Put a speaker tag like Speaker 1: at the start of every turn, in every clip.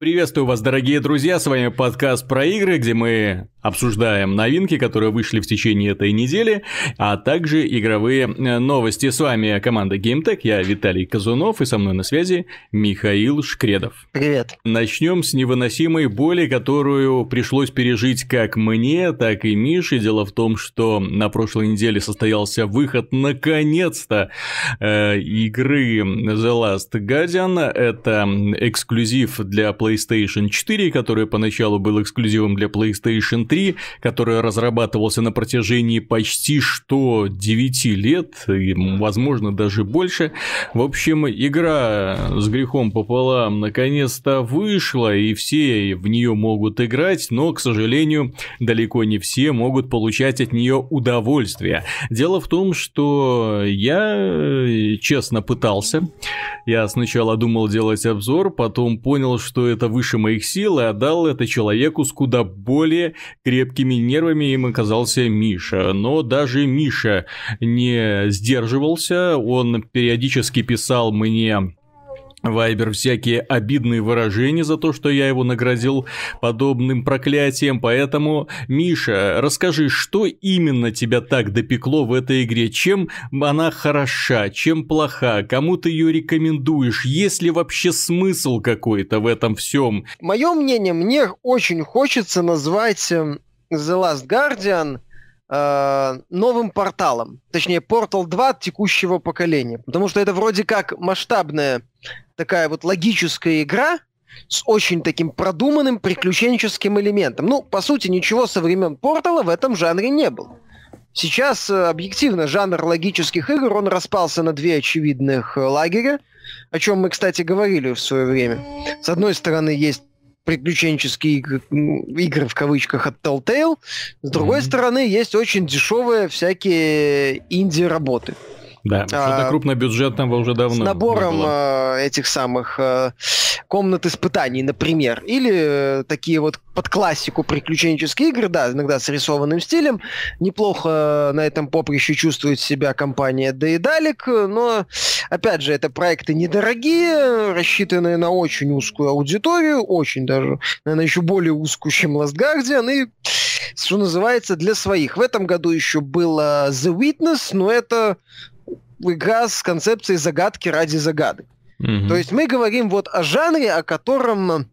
Speaker 1: Приветствую вас, дорогие друзья, с вами подкаст про игры, где мы обсуждаем новинки, которые вышли в течение этой недели, а также игровые новости. С вами команда GameTech, я Виталий Казунов, и со мной на связи Михаил Шкредов.
Speaker 2: Привет.
Speaker 1: Начнем с невыносимой боли, которую пришлось пережить как мне, так и Мише. Дело в том, что на прошлой неделе состоялся выход, наконец-то, игры The Last Guardian. Это эксклюзив для PlayStation 4, который поначалу был эксклюзивом для PlayStation 3, который разрабатывался на протяжении почти что 9 лет, и, возможно, даже больше. В общем, игра с грехом пополам наконец-то вышла, и все в нее могут играть, но, к сожалению, далеко не все могут получать от нее удовольствие. Дело в том, что я честно пытался. Я сначала думал делать обзор, потом понял, что это выше моих сил, и отдал это человеку с куда более крепкими нервами, им оказался Миша. Но даже Миша не сдерживался, он периодически писал мне Вайбер всякие обидные выражения за то, что я его наградил подобным проклятием. Поэтому, Миша, расскажи, что именно тебя так допекло в этой игре? Чем она хороша, чем плоха? Кому ты ее рекомендуешь? Есть ли вообще смысл какой-то в этом всем?
Speaker 2: Мое мнение, мне очень хочется назвать The Last Guardian новым порталом. Точнее, Portal 2 текущего поколения. Потому что это вроде как масштабная такая вот логическая игра с очень таким продуманным приключенческим элементом. Ну, по сути, ничего со времен Портала в этом жанре не было. Сейчас, объективно, жанр логических игр, он распался на две очевидных лагеря, о чем мы, кстати, говорили в свое время. С одной стороны, есть приключенческие игры в кавычках от Telltale, с другой стороны, есть очень дешевые всякие инди-работы.
Speaker 1: Да, что-то крупнобюджетного уже давно.
Speaker 2: С набором этих самых комнат испытаний, например. Или такие вот под классику приключенческие игры, да, иногда с рисованным стилем. Неплохо на этом поприще чувствует себя компания Daedalic, но, опять же, это проекты недорогие, рассчитанные на очень узкую аудиторию, очень даже, наверное, еще более узкую, чем Last Guardian, и, что называется, для своих. В этом году еще было The Witness, но это игра с концепцией загадки ради загадок. То есть мы говорим вот о жанре, которого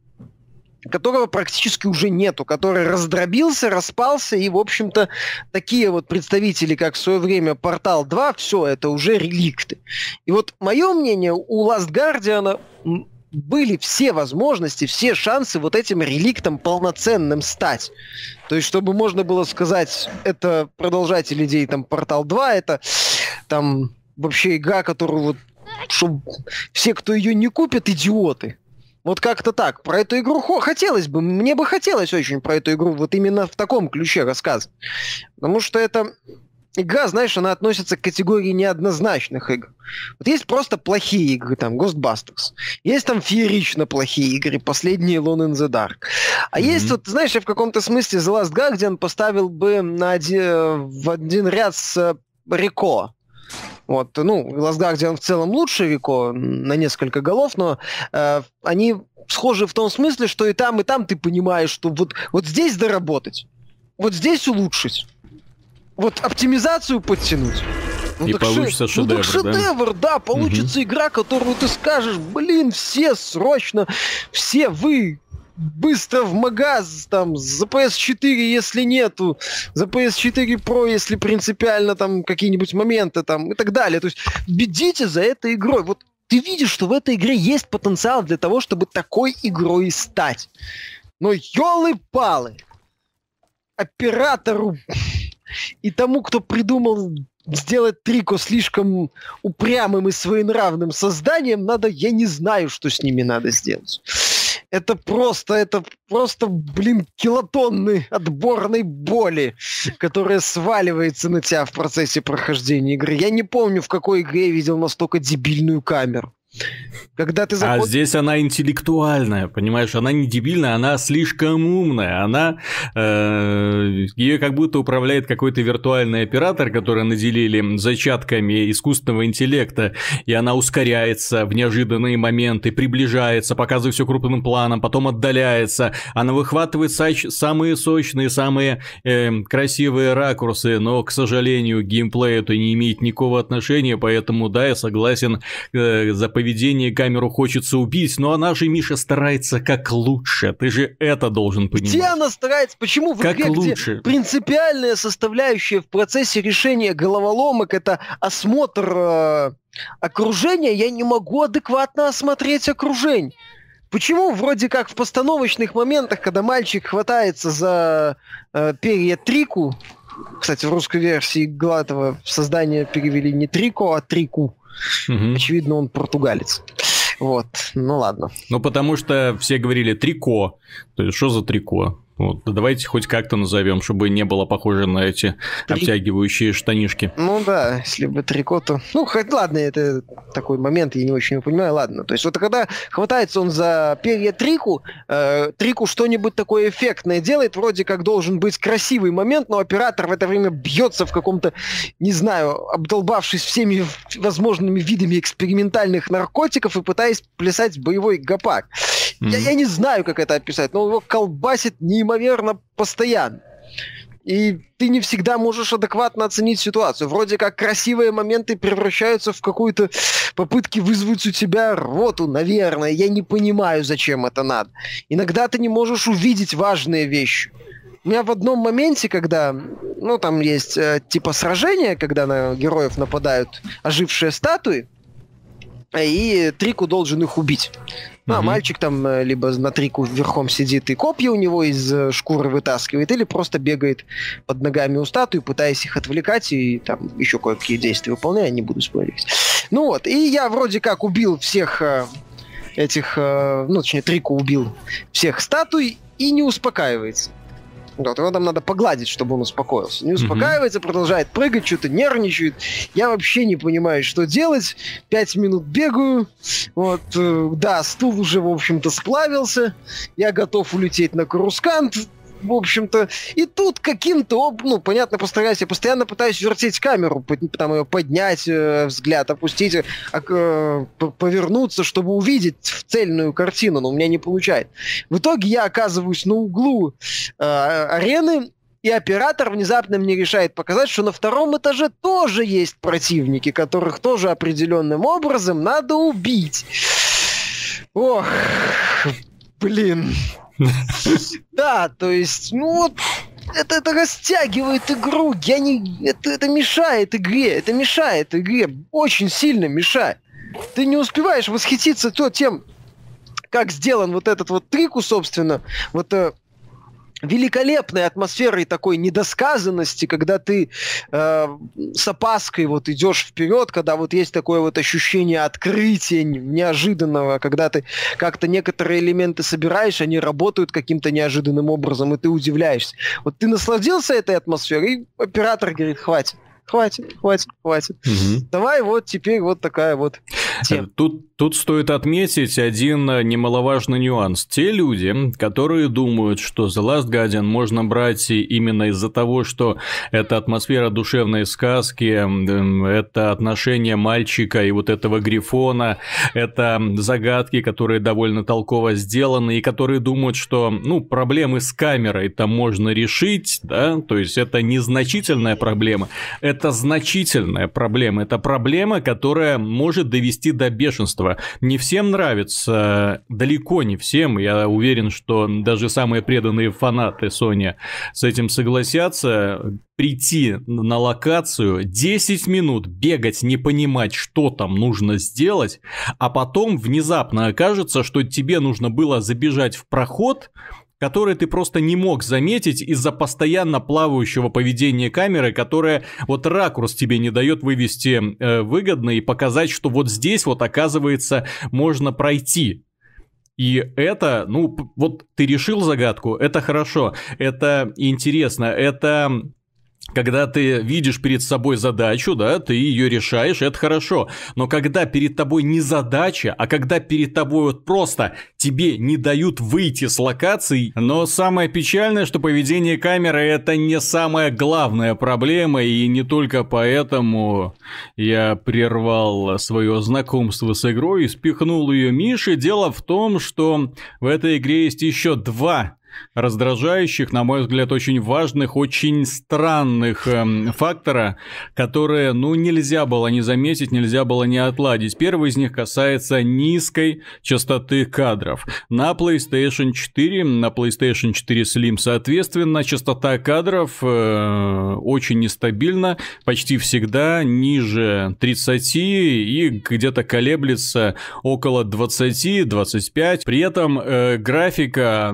Speaker 2: практически уже нету, который раздробился, распался, и, в общем-то, такие вот представители, как в свое время Portal 2, все, это уже реликты. И вот мое мнение, у Last Guardian были все возможности, все шансы вот этим реликтом полноценным стать. То есть, чтобы можно было сказать, это продолжатель идей там Portal 2, это там вообще игра, которую вот, чтобы все, кто ее не купит, идиоты. Вот как-то так. Про эту игру хотелось бы, мне бы хотелось очень про эту игру вот именно в таком ключе рассказывать. Потому что эта игра, знаешь, она относится к категории неоднозначных игр. Вот есть просто плохие игры, там, Ghostbusters. Есть там феерично плохие игры, последние Alone in the Dark. А есть вот, знаешь, я в каком-то смысле The Last Guardian поставил бы в один ряд с Реко. Вот, ну, Last Guardian в целом лучше Реко на несколько голов, но они схожи в том смысле, что и там ты понимаешь, что вот здесь доработать, вот здесь улучшить, вот оптимизацию подтянуть. Ну,
Speaker 1: и получится шедевр,
Speaker 2: шедевр, да, получится игра, которую ты скажешь, блин, все срочно, все вы быстро в магаз, там, за PS4, если нету, за PS4 Pro, если принципиально там какие-нибудь моменты там и так далее. То есть бедите за этой игрой. Вот ты видишь, что в этой игре есть потенциал для того, чтобы такой игрой стать. Но ёлы-палы, оператору и тому, кто придумал сделать Трико слишком упрямым и своенравным созданием, надо, я не знаю, что с ними надо сделать. Это просто, блин, килотонны отборной боли, которая сваливается на тебя в процессе прохождения игры. Я не помню, в какой игре я видел настолько дебильную камеру. Когда ты
Speaker 1: А здесь она интеллектуальная, понимаешь? Она не дебильная, она слишком умная. Она ее как будто управляет какой-то виртуальный оператор, который наделили зачатками искусственного интеллекта, и она ускоряется в неожиданные моменты, приближается, показывает все крупным планом, потом отдаляется. Она выхватывает самые сочные, самые красивые ракурсы, но, к сожалению, к геймплею это не имеет никакого отношения, поэтому, да, я согласен, за поведение камеру хочется убить, но она же, Миша, старается как лучше. Ты же это должен понимать.
Speaker 2: Где она старается? Почему в игре, где принципиальная составляющая в процессе решения головоломок — это осмотр окружения, я не могу адекватно осмотреть окружение? Почему вроде как в постановочных моментах, когда мальчик хватается за перья Трику, кстати, в русской версии Глатова создание перевели не Трико, а Трику. Очевидно, он португалец. Вот, ну ладно.
Speaker 1: Ну, потому что все говорили трико. То есть, что за трико? Вот, давайте хоть как-то назовем, чтобы не было похоже на эти обтягивающие штанишки.
Speaker 2: Ну да, если бы трико, то... Ну, хоть ладно, это такой момент, я не очень понимаю, ладно. То есть вот когда хватается он за перья Трику, Трику что-нибудь такое эффектное делает, вроде как должен быть красивый момент, но оператор в это время бьется в каком-то, не знаю, обдолбавшись всеми возможными видами экспериментальных наркотиков и пытаясь плясать боевой гопак. Я не знаю, как это описать, но его колбасит неимоверно постоянно. И ты не всегда можешь адекватно оценить ситуацию. Вроде как красивые моменты превращаются в какую-то попытки вызвать у тебя рвоту, наверное. Я не понимаю, зачем это надо. Иногда ты не можешь увидеть важные вещи. У меня в одном моменте, когда, ну, там есть типа сражения, когда на героев нападают ожившие статуи, и Трику должен их убить. Ну, а мальчик там либо на Трику верхом сидит и копья у него из шкуры вытаскивает, или просто бегает под ногами у статуи, пытаясь их отвлекать, и там еще кое-какие действия выполняя, не буду спорить. Ну вот, и я вроде как убил всех этих, ну, точнее, Трику убил всех статуй и не успокаивается. Вот, его там надо погладить, чтобы он успокоился. Не успокаивается, продолжает прыгать, что-то нервничает. Я вообще не понимаю, что делать. 5 минут бегаю. Вот, да, стул уже, в общем-то, сплавился. Я готов улететь на Корускант, в общем-то. И тут каким-то, ну, понятно, постараюсь. Я постоянно пытаюсь вертеть камеру, там ее поднять, взгляд опустить, повернуться, чтобы увидеть цельную картину, но у меня не получается. В итоге я оказываюсь на углу арены, и оператор внезапно мне решает показать, что на втором этаже тоже есть противники, которых тоже определенным образом надо убить. Ох, блин. Да, то есть, ну вот, это растягивает игру, это мешает игре, очень сильно мешает. Ты не успеваешь восхититься тем, как сделан вот этот вот Трику, собственно, вот великолепной атмосферой такой недосказанности, когда ты с опаской вот идешь вперед, когда вот есть такое вот ощущение открытия неожиданного, когда ты как-то некоторые элементы собираешь, они работают каким-то неожиданным образом, и ты удивляешься. Вот ты насладился этой атмосферой, и оператор говорит: хватит. Давай вот теперь вот такая вот тема.
Speaker 1: Тут стоит отметить один немаловажный нюанс. Те люди, которые думают, что The Last Guardian можно брать именно из-за того, что это атмосфера душевной сказки, это отношение мальчика и вот этого грифона, это загадки, которые довольно толково сделаны, и которые думают, что, ну, проблемы с камерой-то можно решить, да, то есть это незначительная проблема, это значительная проблема, это проблема, которая может довести до бешенства. Не всем нравится, далеко не всем, я уверен, что даже самые преданные фанаты Sony с этим согласятся, прийти на локацию, 10 минут бегать, не понимать, что там нужно сделать, а потом внезапно окажется, что тебе нужно было забежать в проход, который ты просто не мог заметить из-за постоянно плавающего поведения камеры, которая вот ракурс тебе не дает вывести выгодно и показать, что вот здесь вот оказывается можно пройти. И это, ну, вот ты решил загадку, это хорошо, это интересно, это Когда ты видишь перед собой задачу, да, ты ее решаешь, это хорошо. Но когда перед тобой не задача, а когда перед тобой вот просто тебе не дают выйти с локаций. Но самое печальное, что поведение камеры это не самая главная проблема. И не только поэтому я прервал свое знакомство с игрой и спихнул ее Мише. Дело в том, что в этой игре есть еще два раздражающих, на мой взгляд, очень важных, очень странных фактора, которые, нельзя было не заметить, нельзя было не отладить. Первый из них касается низкой частоты кадров. На PlayStation 4, на PlayStation 4 Slim, соответственно, частота кадров очень нестабильна, почти всегда ниже 30 и где-то колеблется около 20-25. При этом графика,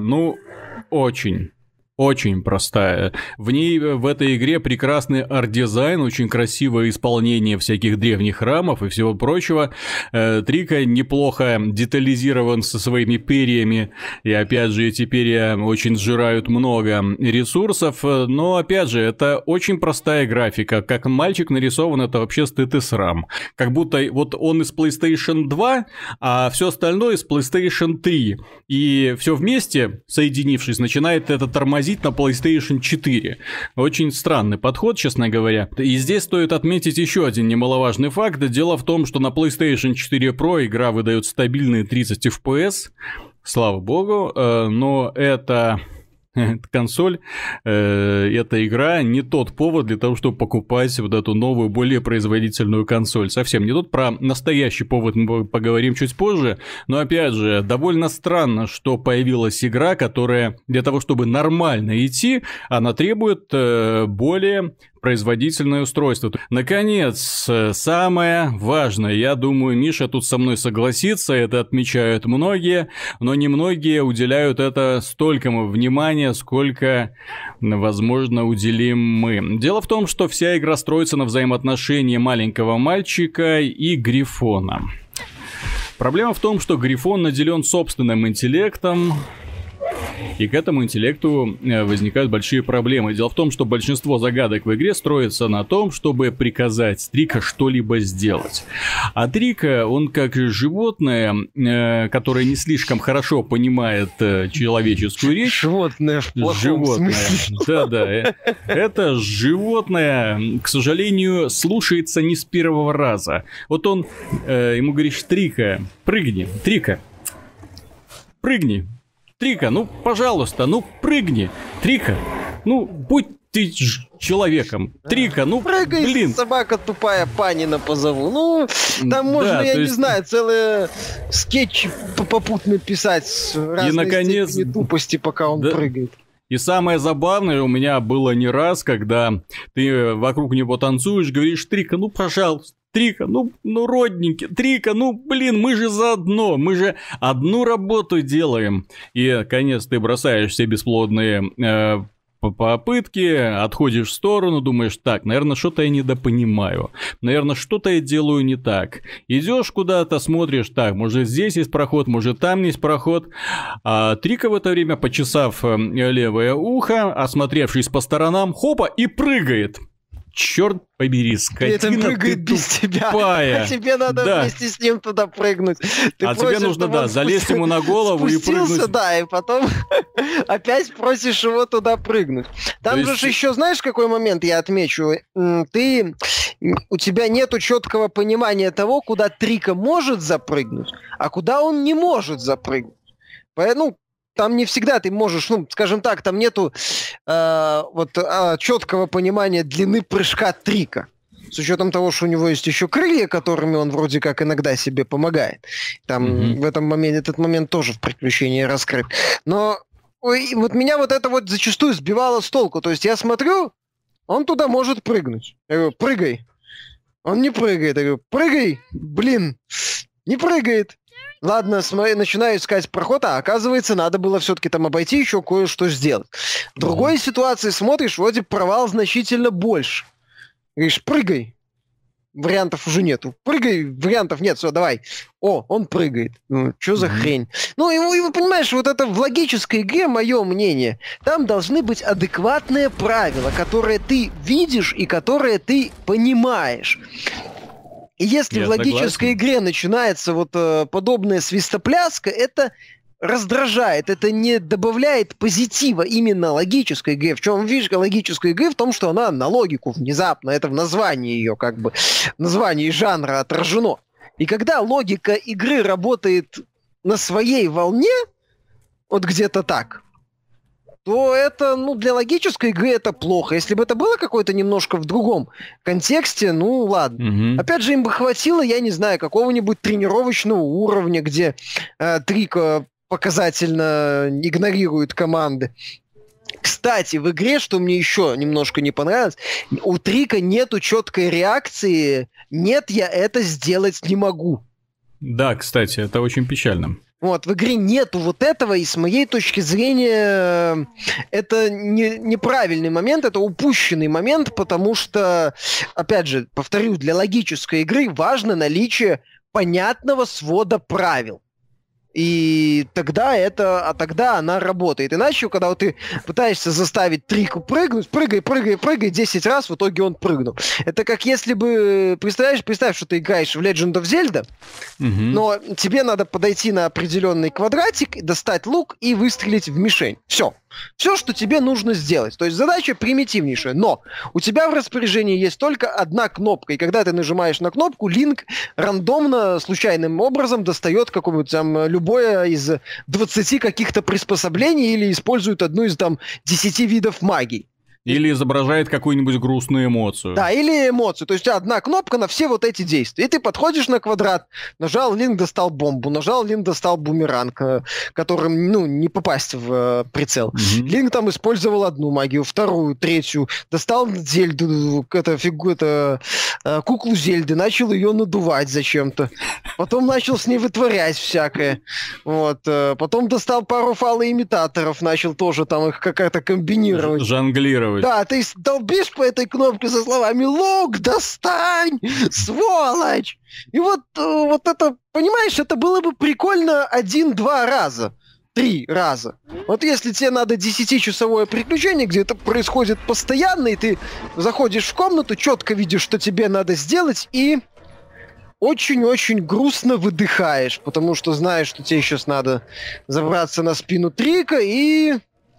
Speaker 1: очень простая. В ней, в этой игре прекрасный арт-дизайн, очень красивое исполнение всяких древних храмов и всего прочего. Трика неплохо детализирован со своими перьями, и опять же эти перья очень сжирают много ресурсов, но опять же это очень простая графика. Как мальчик нарисован, это вообще стыд и срам. Как будто вот он из PlayStation 2, а все остальное из PlayStation 3. И все вместе, соединившись, начинает это тормозить на PlayStation 4. Очень странный подход, честно говоря. И здесь стоит отметить еще один немаловажный факт. Дело в том, что на PlayStation 4 Pro игра выдает стабильные 30 FPS. Слава богу. Но эта консоль, эта игра не тот повод для того, чтобы покупать вот эту новую, более производительную консоль. Совсем не тот. Про настоящий повод мы поговорим чуть позже. Но опять же, довольно странно, что появилась игра, которая для того, чтобы нормально идти, она требует более производительное устройство. Наконец, самое важное, я думаю, Миша тут со мной согласится, это отмечают многие, но немногие уделяют это столько внимания, сколько, возможно, уделим мы. Дело в том, что вся игра строится на взаимоотношении маленького мальчика и Грифона. Проблема в том, что Грифон наделен собственным интеллектом, и к этому интеллекту возникают большие проблемы. Дело в том, что большинство загадок в игре строится на том, чтобы приказать Трика что-либо сделать. А Трика, он как животное, которое не слишком хорошо понимает человеческую речь.
Speaker 2: Животное в плохом смысле.
Speaker 1: Да. Это животное, к сожалению, слушается не с первого раза. Вот он, ему говоришь: Трика, прыгни. Трика, прыгни. Трика, пожалуйста, прыгни. Трика, будь ты человеком. Трика,
Speaker 2: прыгай,
Speaker 1: блин.
Speaker 2: Собака тупая, Панина позову. Там можно, я не знаю, целые скетчи попутно писать с разной степени тупости, пока он прыгает.
Speaker 1: И самое забавное у меня было не раз, когда ты вокруг него танцуешь, говоришь: Трика, пожалуйста. Трика, родненький, Трика, мы же заодно, мы же одну работу делаем. И, наконец, ты бросаешь все бесплодные попытки, отходишь в сторону, думаешь: так, наверное, что-то я недопонимаю, наверное, что-то я делаю не так. Идешь куда-то, смотришь: так, может, здесь есть проход, может, там есть проход. А Трика в это время, почесав левое ухо, осмотревшись по сторонам, хопа, и прыгает. Черт побери, скотина,
Speaker 2: прыгает
Speaker 1: ты
Speaker 2: без тебя.
Speaker 1: тупая.
Speaker 2: А тебе надо вместе с ним туда прыгнуть.
Speaker 1: Ты тебе нужно, залезть ему на голову и прыгнуть.
Speaker 2: Да, и потом опять просишь его туда прыгнуть. Там же еще, знаешь, какой момент я отмечу? У тебя нету четкого понимания того, куда Трика может запрыгнуть, а куда он не может запрыгнуть. Поэтому там не всегда ты можешь, скажем так, там нету четкого понимания длины прыжка Трика. С учетом того, что у него есть еще крылья, которыми он вроде как иногда себе помогает. Там в этом моменте, этот момент тоже в приключении раскрыт. Но вот меня это зачастую сбивало с толку. То есть я смотрю, он туда может прыгнуть. Я говорю: прыгай. Он не прыгает. Я говорю: прыгай, блин, не прыгает. Ладно, начинаю искать проход, а оказывается, надо было все-таки там обойти, еще кое-что сделать. В другой ситуации смотришь, вроде провал значительно больше. Говоришь: прыгай. вариантов уже нету. Прыгай, вариантов нет, все, давай. О, он прыгает. Ну, что за хрень? Ну, и понимаешь, вот это в логической игре, мое мнение, там должны быть адекватные правила, которые ты видишь и которые ты понимаешь. И если в логической игре начинается вот подобная свистопляска, это раздражает, это не добавляет позитива именно логической игре. В чем фишка логической игры? В том, что она на логику внезапно, это в названии ее, как бы, в названии жанра отражено. И когда логика игры работает на своей волне, вот где-то так, то это, ну, для логической игры это плохо. Если бы это было какое-то немножко в другом контексте, ну, ладно. Опять же, им бы хватило, я не знаю, какого-нибудь тренировочного уровня, где Трико показательно игнорирует команды. Кстати, в игре, что мне еще немножко не понравилось, у Трика нету четкой реакции «нет, я это сделать не могу».
Speaker 1: Да, кстати, это очень печально.
Speaker 2: Вот, в игре нету вот этого, и с моей точки зрения это неправильный момент, это упущенный момент, потому что, опять же, повторю, для логической игры важно наличие понятного свода правил. И тогда тогда она работает. Иначе, когда вот ты пытаешься заставить Трику прыгнуть, прыгай 10 раз, в итоге он прыгнул. Это как если бы... Представь, что ты играешь в Legend of Zelda, но тебе надо подойти на определенный квадратик, достать лук и выстрелить в мишень. Все. Все, что тебе нужно сделать. То есть задача примитивнейшая, но у тебя в распоряжении есть только одна кнопка, и когда ты нажимаешь на кнопку, Линк рандомно, случайным образом достает какое-нибудь там любое из 20 каких-то приспособлений или использует одну из там 10 видов магии.
Speaker 1: Или изображает какую-нибудь грустную эмоцию.
Speaker 2: Да, или эмоцию. То есть у тебя одна кнопка на все вот эти действия. И ты подходишь на квадрат, нажал, Линк достал бомбу, нажал, Линк достал бумеранг, которым, ну, не попасть в прицел. Линк там использовал одну магию, вторую, третью, достал Зельду, куклу Зельды, начал ее надувать зачем-то. Потом начал с ней вытворять всякое. Вот. Потом достал пару фалоимитаторов, начал тоже там их как-то комбинировать.
Speaker 1: Жонглировать.
Speaker 2: Да, ты долбишь по этой кнопке со словами «Лук, достань, сволочь!» И вот это, понимаешь, это было бы прикольно 1-2 раза. 3 раза. Вот если тебе надо 10-часовое приключение, где это происходит постоянно, и ты заходишь в комнату, четко видишь, что тебе надо сделать, и очень-очень грустно выдыхаешь, потому что знаешь, что тебе сейчас надо забраться на спину Трика и...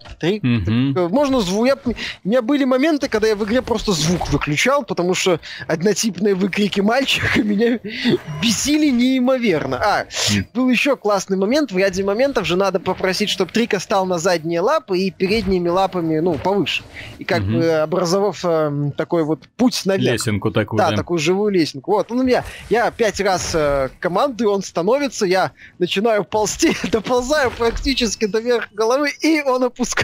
Speaker 2: Можно звук. У меня были моменты, когда я в игре просто звук выключал, потому что однотипные выкрики мальчика меня бесили неимоверно. Был еще классный момент. В ряде моментов же надо попросить, чтобы Трика стал на задние лапы и передними лапами, ну, повыше. И как бы образовав такой вот путь наверх.
Speaker 1: Лесенку такую.
Speaker 2: Да, такую живую лесенку. Вот, он у меня. Я 5 раз командую, он становится, я начинаю ползти, доползаю практически до верха головы, и он опускает.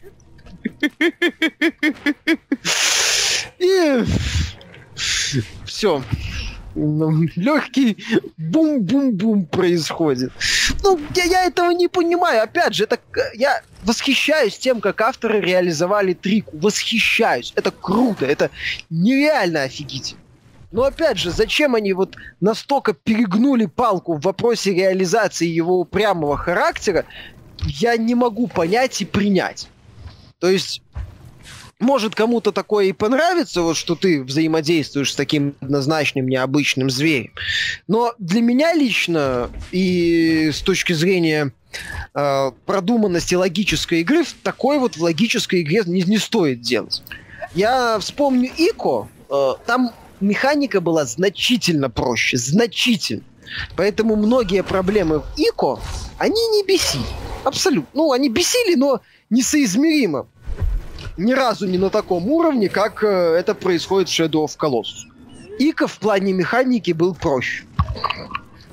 Speaker 2: И все. Легкий бум-бум-бум происходит. Ну, я этого не понимаю. Опять же, я восхищаюсь тем, как авторы реализовали Трику. Восхищаюсь. Это круто. Это нереально офигительно. Но опять же, зачем они вот настолько перегнули палку в вопросе реализации его упрямого характера, я не могу понять и принять. То есть, может, кому-то такое и понравится, вот что ты взаимодействуешь с таким однозначным, необычным зверем. Но для меня лично и с точки зрения продуманности логической игры, такой вот в логической игре не стоит делать. Я вспомню Ико, там механика была значительно проще, значительно. Поэтому многие проблемы в Ико, они не бесили. Абсолютно. Ну, они бесили, но несоизмеримо. Ни разу не на таком уровне, как это происходит в Shadow of Colossus. Ико в плане механики был проще.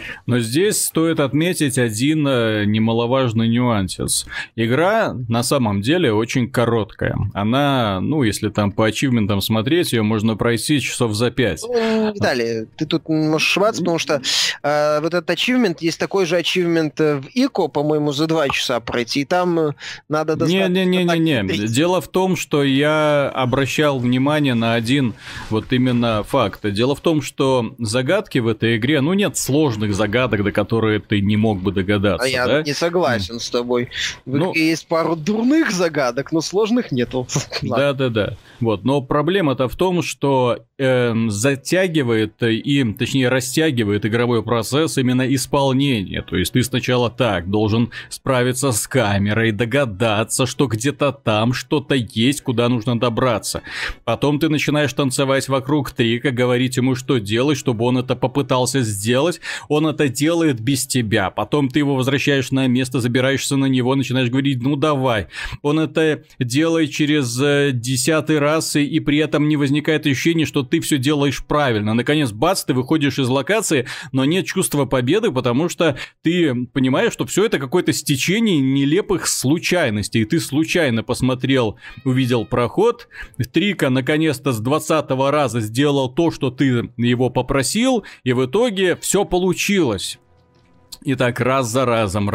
Speaker 1: Но здесь стоит отметить один немаловажный нюансец. Игра на самом деле очень короткая. Она, ну, если там по ачивментам смотреть, ее можно пройти часов за 5.
Speaker 2: Ну, Виталий, ты тут можешь ошибаться, потому что вот этот ачивмент, есть такой же ачивмент в ИКО, по-моему, за 2 часа пройти, и там надо достаточно...
Speaker 1: Не. Дело в том, что я обращал внимание на один вот именно факт. Дело в том, что загадки в этой игре, ну, нет сложных загадок, до которых ты не мог бы догадаться.
Speaker 2: Я не согласен с тобой. В игре есть пару дурных загадок, но сложных нету.
Speaker 1: Да. Вот. Но проблема-то в том, что затягивает и, точнее, растягивает игровой процесс именно исполнение. То есть ты сначала должен справиться с камерой, догадаться, что где-то там что-то есть, куда нужно добраться. Потом ты начинаешь танцевать вокруг трика, говорить ему, что делать, чтобы он это попытался сделать. Он это делает без тебя. Потом ты его возвращаешь на место, забираешься на него, начинаешь говорить, ну давай. Он это делает через 10-й раз, и при этом не возникает ощущения, что ты все делаешь правильно. Наконец, бац, ты выходишь из локации, но нет чувства победы, потому что ты понимаешь, что все это какое-то стечение нелепых случайностей. И ты случайно посмотрел, увидел проход, Трика наконец-то с 20-го раза сделал то, что ты его попросил, и в итоге все получилось. И так раз за разом.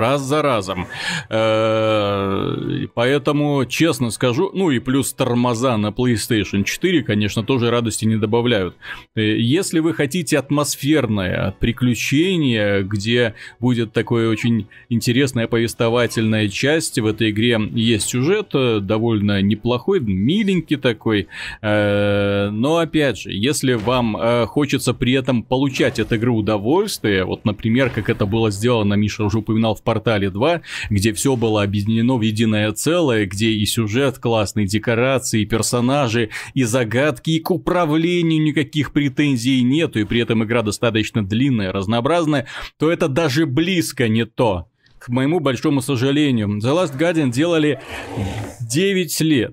Speaker 1: Поэтому, честно скажу, ну и плюс тормоза на PlayStation 4, конечно, тоже радости не добавляют. Если вы хотите атмосферное приключение, где будет такое очень интересная повествовательная часть, в этой игре есть сюжет довольно неплохой, миленький такой. Но опять же, если вам хочется при этом получать от игры удовольствие, вот, например, как это было сделано, Миша уже упоминал, в Портале 2, где все было объединено в единое целое, где и сюжет классный, и декорации, и персонажи, и загадки, и к управлению никаких претензий нету, и при этом игра достаточно длинная, разнообразная, то это даже близко не то. К моему большому сожалению. The Last Guardian делали 9 лет.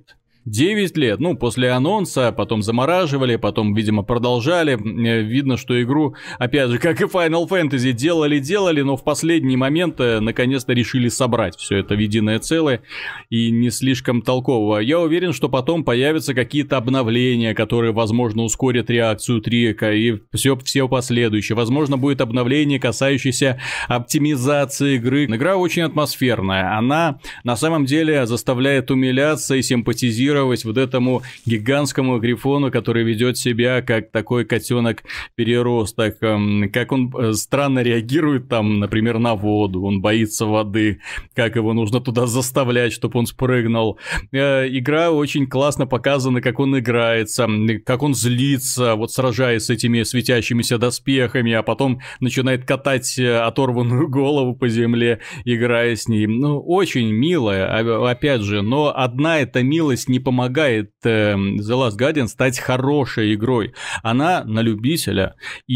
Speaker 1: 9 лет, ну, после анонса, потом замораживали, потом, видимо, продолжали. Видно, что игру, опять же, как и Final Fantasy, делали, но в последний момент наконец-то решили собрать все это в единое целое и не слишком толково. Я уверен, что потом появятся какие-то обновления, которые, возможно, ускорят реакцию Трика и все последующее. Возможно, будет обновление, касающееся оптимизации игры. Игра очень атмосферная. Она, на самом деле, заставляет умиляться и симпатизировать вот этому гигантскому грифону, который ведет себя как такой котенок-переросток. Как он странно реагирует там, например, на воду. Он боится воды. Как его нужно туда заставлять, чтобы он спрыгнул. Игра очень классно показана, как он играется, как он злится, вот сражаясь с этими светящимися доспехами, а потом начинает катать оторванную голову по земле, играя с ней. Ну, очень милая, опять же, но одна эта милость не помогает The Last Guardian стать хорошей игрой. Она на любителя.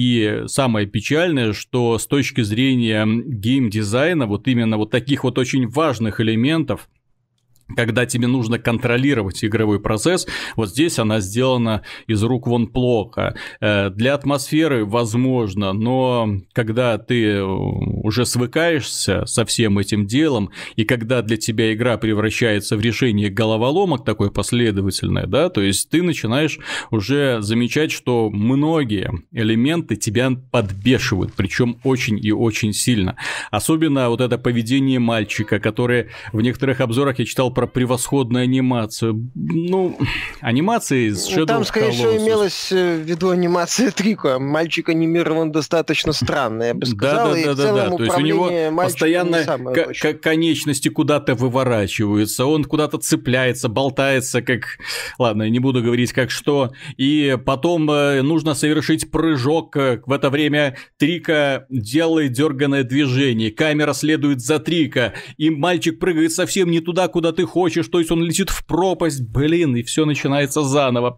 Speaker 1: И самое печальное, что с точки зрения геймдизайна, вот именно вот таких вот очень важных элементов, когда тебе нужно контролировать игровой процесс, вот здесь она сделана из рук вон плохо. Для атмосферы возможно, но когда ты уже свыкаешься со всем этим делом, и когда для тебя игра превращается в решение головоломок такой последовательное, да, то есть ты начинаешь уже замечать, что многие элементы тебя подбешивают, причем очень и очень сильно. Особенно вот это поведение мальчика, которое в некоторых обзорах я читал про превосходную анимацию. Ну, анимации с Shadow of
Speaker 2: Там, скорее всего,
Speaker 1: Colossus.
Speaker 2: имелась в виду анимация Трика. Мальчик анимирован достаточно странно, я бы сказал. И в целом
Speaker 1: То есть у него постоянно
Speaker 2: точно.
Speaker 1: конечности куда-то выворачиваются, он куда-то цепляется, болтается, как... Ладно, я не буду говорить как что. И потом нужно совершить прыжок. В это время Трика делает дерганое движение, камера следует за Трика, и мальчик прыгает совсем не туда, куда ты хочешь, то есть он летит в пропасть, блин, и все начинается заново.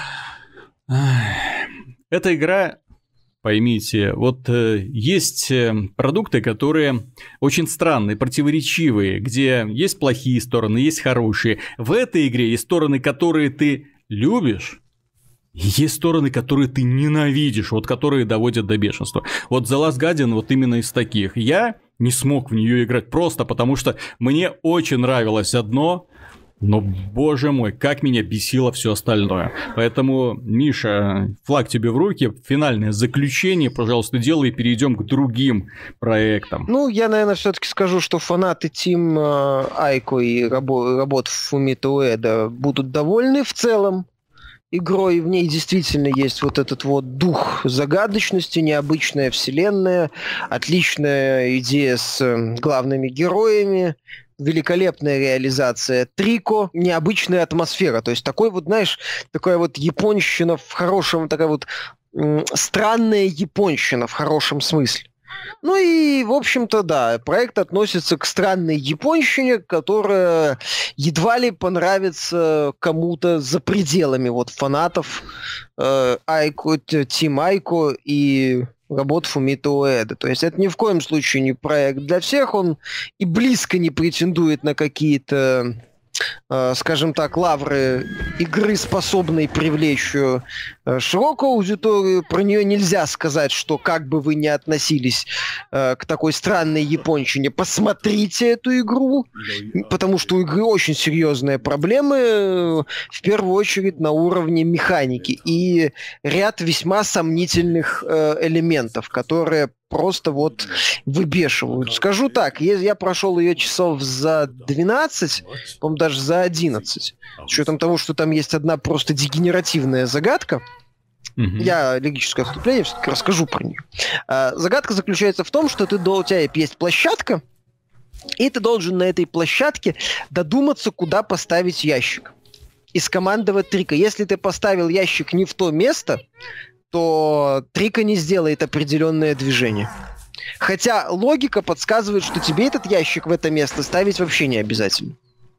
Speaker 1: Эта игра, поймите, вот есть продукты, которые очень странные, противоречивые, где есть плохие стороны, есть хорошие. В этой игре есть стороны, которые ты любишь, Есть стороны, которые ты ненавидишь, вот которые доводят до бешенства. Вот The Last Guardian вот именно из таких. Я не смог в нее играть просто потому, что мне очень нравилось одно, но, боже мой, как меня бесило все остальное. Поэтому, Миша, флаг тебе в руки, финальное заключение, пожалуйста, делай, и перейдем к другим проектам.
Speaker 2: Ну, я, наверное, все-таки скажу, что фанаты Team Ico и работ Фумито Уэда будут довольны в целом игрой. В ней действительно есть вот этот вот дух загадочности, необычная вселенная, отличная идея с главными героями, великолепная реализация Трико, необычная атмосфера. То есть такой вот, знаешь, такая вот японщина в хорошем, такая вот странная японщина в хорошем смысле. Ну и, в общем-то, да, проект относится к странной японщине, которая едва ли понравится кому-то за пределами вот фанатов Team Ico и работ Фумито Уэда. То есть это ни в коем случае не проект для всех, он и близко не претендует на какие-то, скажем так, лавры игры, способной привлечь широкую аудиторию. Про нее нельзя сказать, что как бы вы ни относились к такой странной японщине, посмотрите эту игру, потому что у игры очень серьезные проблемы, в первую очередь на уровне механики и ряд весьма сомнительных элементов, которые просто вот выбешивают. Скажу так, я прошел ее часов за 12, по-моему, даже за 11, с учетом того, что там есть одна просто дегенеративная загадка. Я логическое отступление все-таки расскажу про нее. Загадка заключается в том, что у тебя есть площадка, и ты должен на этой площадке додуматься, куда поставить ящик. И скомандовать Трика. Если ты поставил ящик не в то место, то Трика не сделает определенное движение. Хотя логика подсказывает, что тебе этот ящик в это место ставить вообще не обязательно.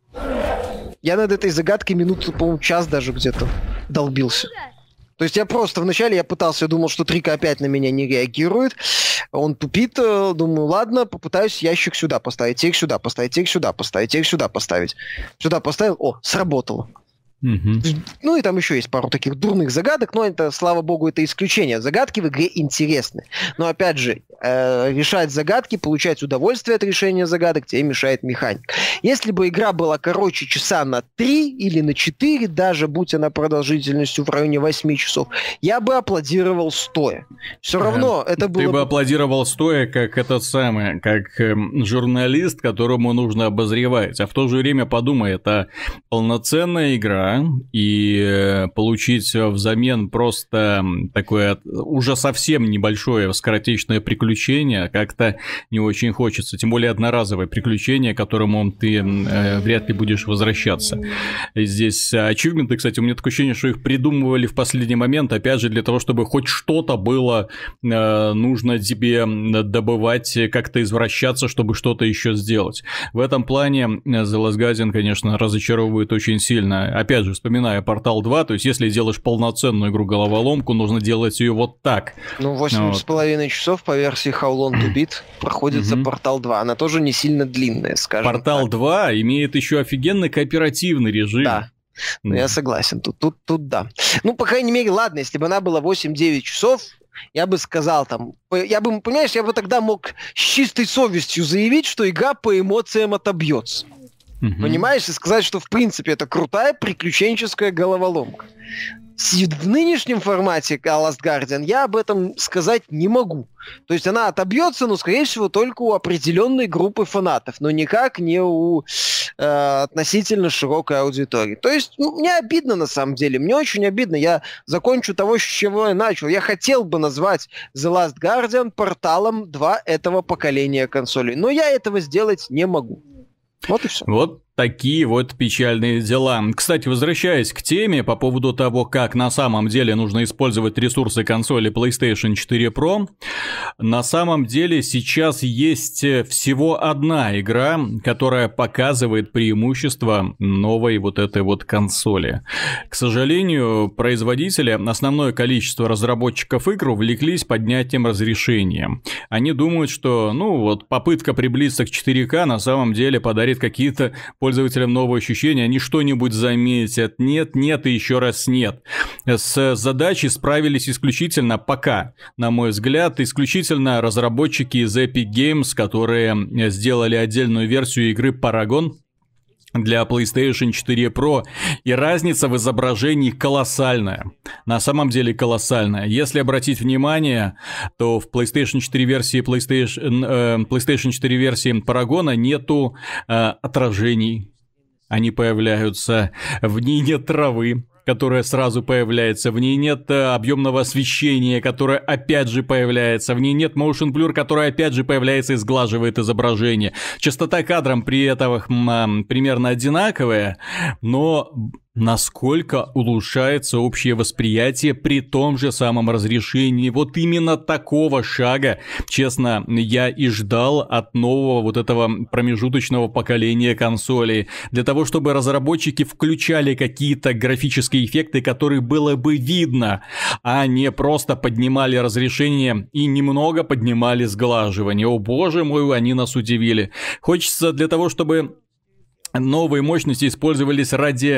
Speaker 2: Я над этой загадкой минуту, по-моему, час даже где-то долбился. То есть я просто вначале пытался, я думал, что Трика опять на меня не реагирует. Он тупит, думаю, ладно, попытаюсь ящик сюда поставить, тех сюда поставить, тех сюда поставить, тех сюда поставить. Сюда поставил, сработало. Ну и там еще есть пару таких дурных загадок, но это, слава богу, это исключение. Загадки в игре интересны. Но опять же, решать загадки, получать удовольствие от решения загадок тебе мешает механик. Если бы игра была короче часа на 3 или на 4, даже будь она продолжительностью в районе 8 часов, я бы аплодировал стоя. Все равно это было...
Speaker 1: Ты бы аплодировал стоя, как журналист, которому нужно обозревать. А в то же время подумай, это полноценная игра, и получить взамен просто такое уже совсем небольшое скоротечное приключение как-то не очень хочется. Тем более одноразовое приключение, к которому ты вряд ли будешь возвращаться. Здесь ачивменты, кстати, у меня такое ощущение, что их придумывали в последний момент, опять же, для того, чтобы хоть что-то было нужно тебе добывать, как-то извращаться, чтобы что-то еще сделать. В этом плане The Last Guardian, конечно, разочаровывает очень сильно. Опять же, вспоминая Portal 2, то есть если делаешь полноценную игру-головоломку, нужно делать ее вот так.
Speaker 2: Ну, 8,5 часов по версии How Long to Beat проходится Portal 2. Она тоже не сильно длинная, скажем
Speaker 1: Portal
Speaker 2: так.
Speaker 1: 2 имеет еще офигенный кооперативный режим.
Speaker 2: Да. Ну, я согласен, тут да. Ну, по крайней мере, ладно, если бы она была 8-9 часов, я бы сказал там, я бы тогда мог с чистой совестью заявить, что игра по эмоциям отобьется. Понимаешь, и сказать, что в принципе это крутая приключенческая головоломка. В нынешнем формате Last Guardian я об этом сказать не могу. То есть она отобьется, но, скорее всего, только у определенной группы фанатов, но никак не у относительно широкой аудитории. То есть, мне обидно на самом деле, мне очень обидно. Я закончу того, с чего я начал. Я хотел бы назвать The Last Guardian порталом 2 этого поколения консолей, но я этого сделать не могу. Вот и все.
Speaker 1: Вот такие вот печальные дела. Кстати, возвращаясь к теме по поводу того, как на самом деле нужно использовать ресурсы консоли PlayStation 4 Pro, на самом деле сейчас есть всего одна игра, которая показывает преимущество новой вот этой вот консоли. К сожалению, производители, основное количество разработчиков игр увлеклись поднятием разрешения. Они думают, что, попытка приблизиться к 4К на самом деле подарит какие-то пользователям новые ощущения, они что-нибудь заметят. Нет, нет и еще раз нет. С задачей справились исключительно пока, на мой взгляд, исключительно разработчики из Epic Games, которые сделали отдельную версию игры Paragon для PlayStation 4 Pro, и разница в изображении колоссальная. На самом деле колоссальная. Если обратить внимание, то в PlayStation 4 версии PlayStation 4 версии Paragon нету отражений. Они появляются, в ней нет травы, которая сразу появляется, в ней нет объемного освещения, которое опять же появляется, в ней нет motion blur, который опять же появляется и сглаживает изображение. Частота кадром при этом примерно одинаковая, но насколько улучшается общее восприятие при том же самом разрешении. Вот именно такого шага, честно, я и ждал от нового вот этого промежуточного поколения консолей. Для того, чтобы разработчики включали какие-то графические эффекты, которые было бы видно, а не просто поднимали разрешение и немного поднимали сглаживание. О боже мой, они нас удивили. Хочется для того, чтобы новые мощности использовались ради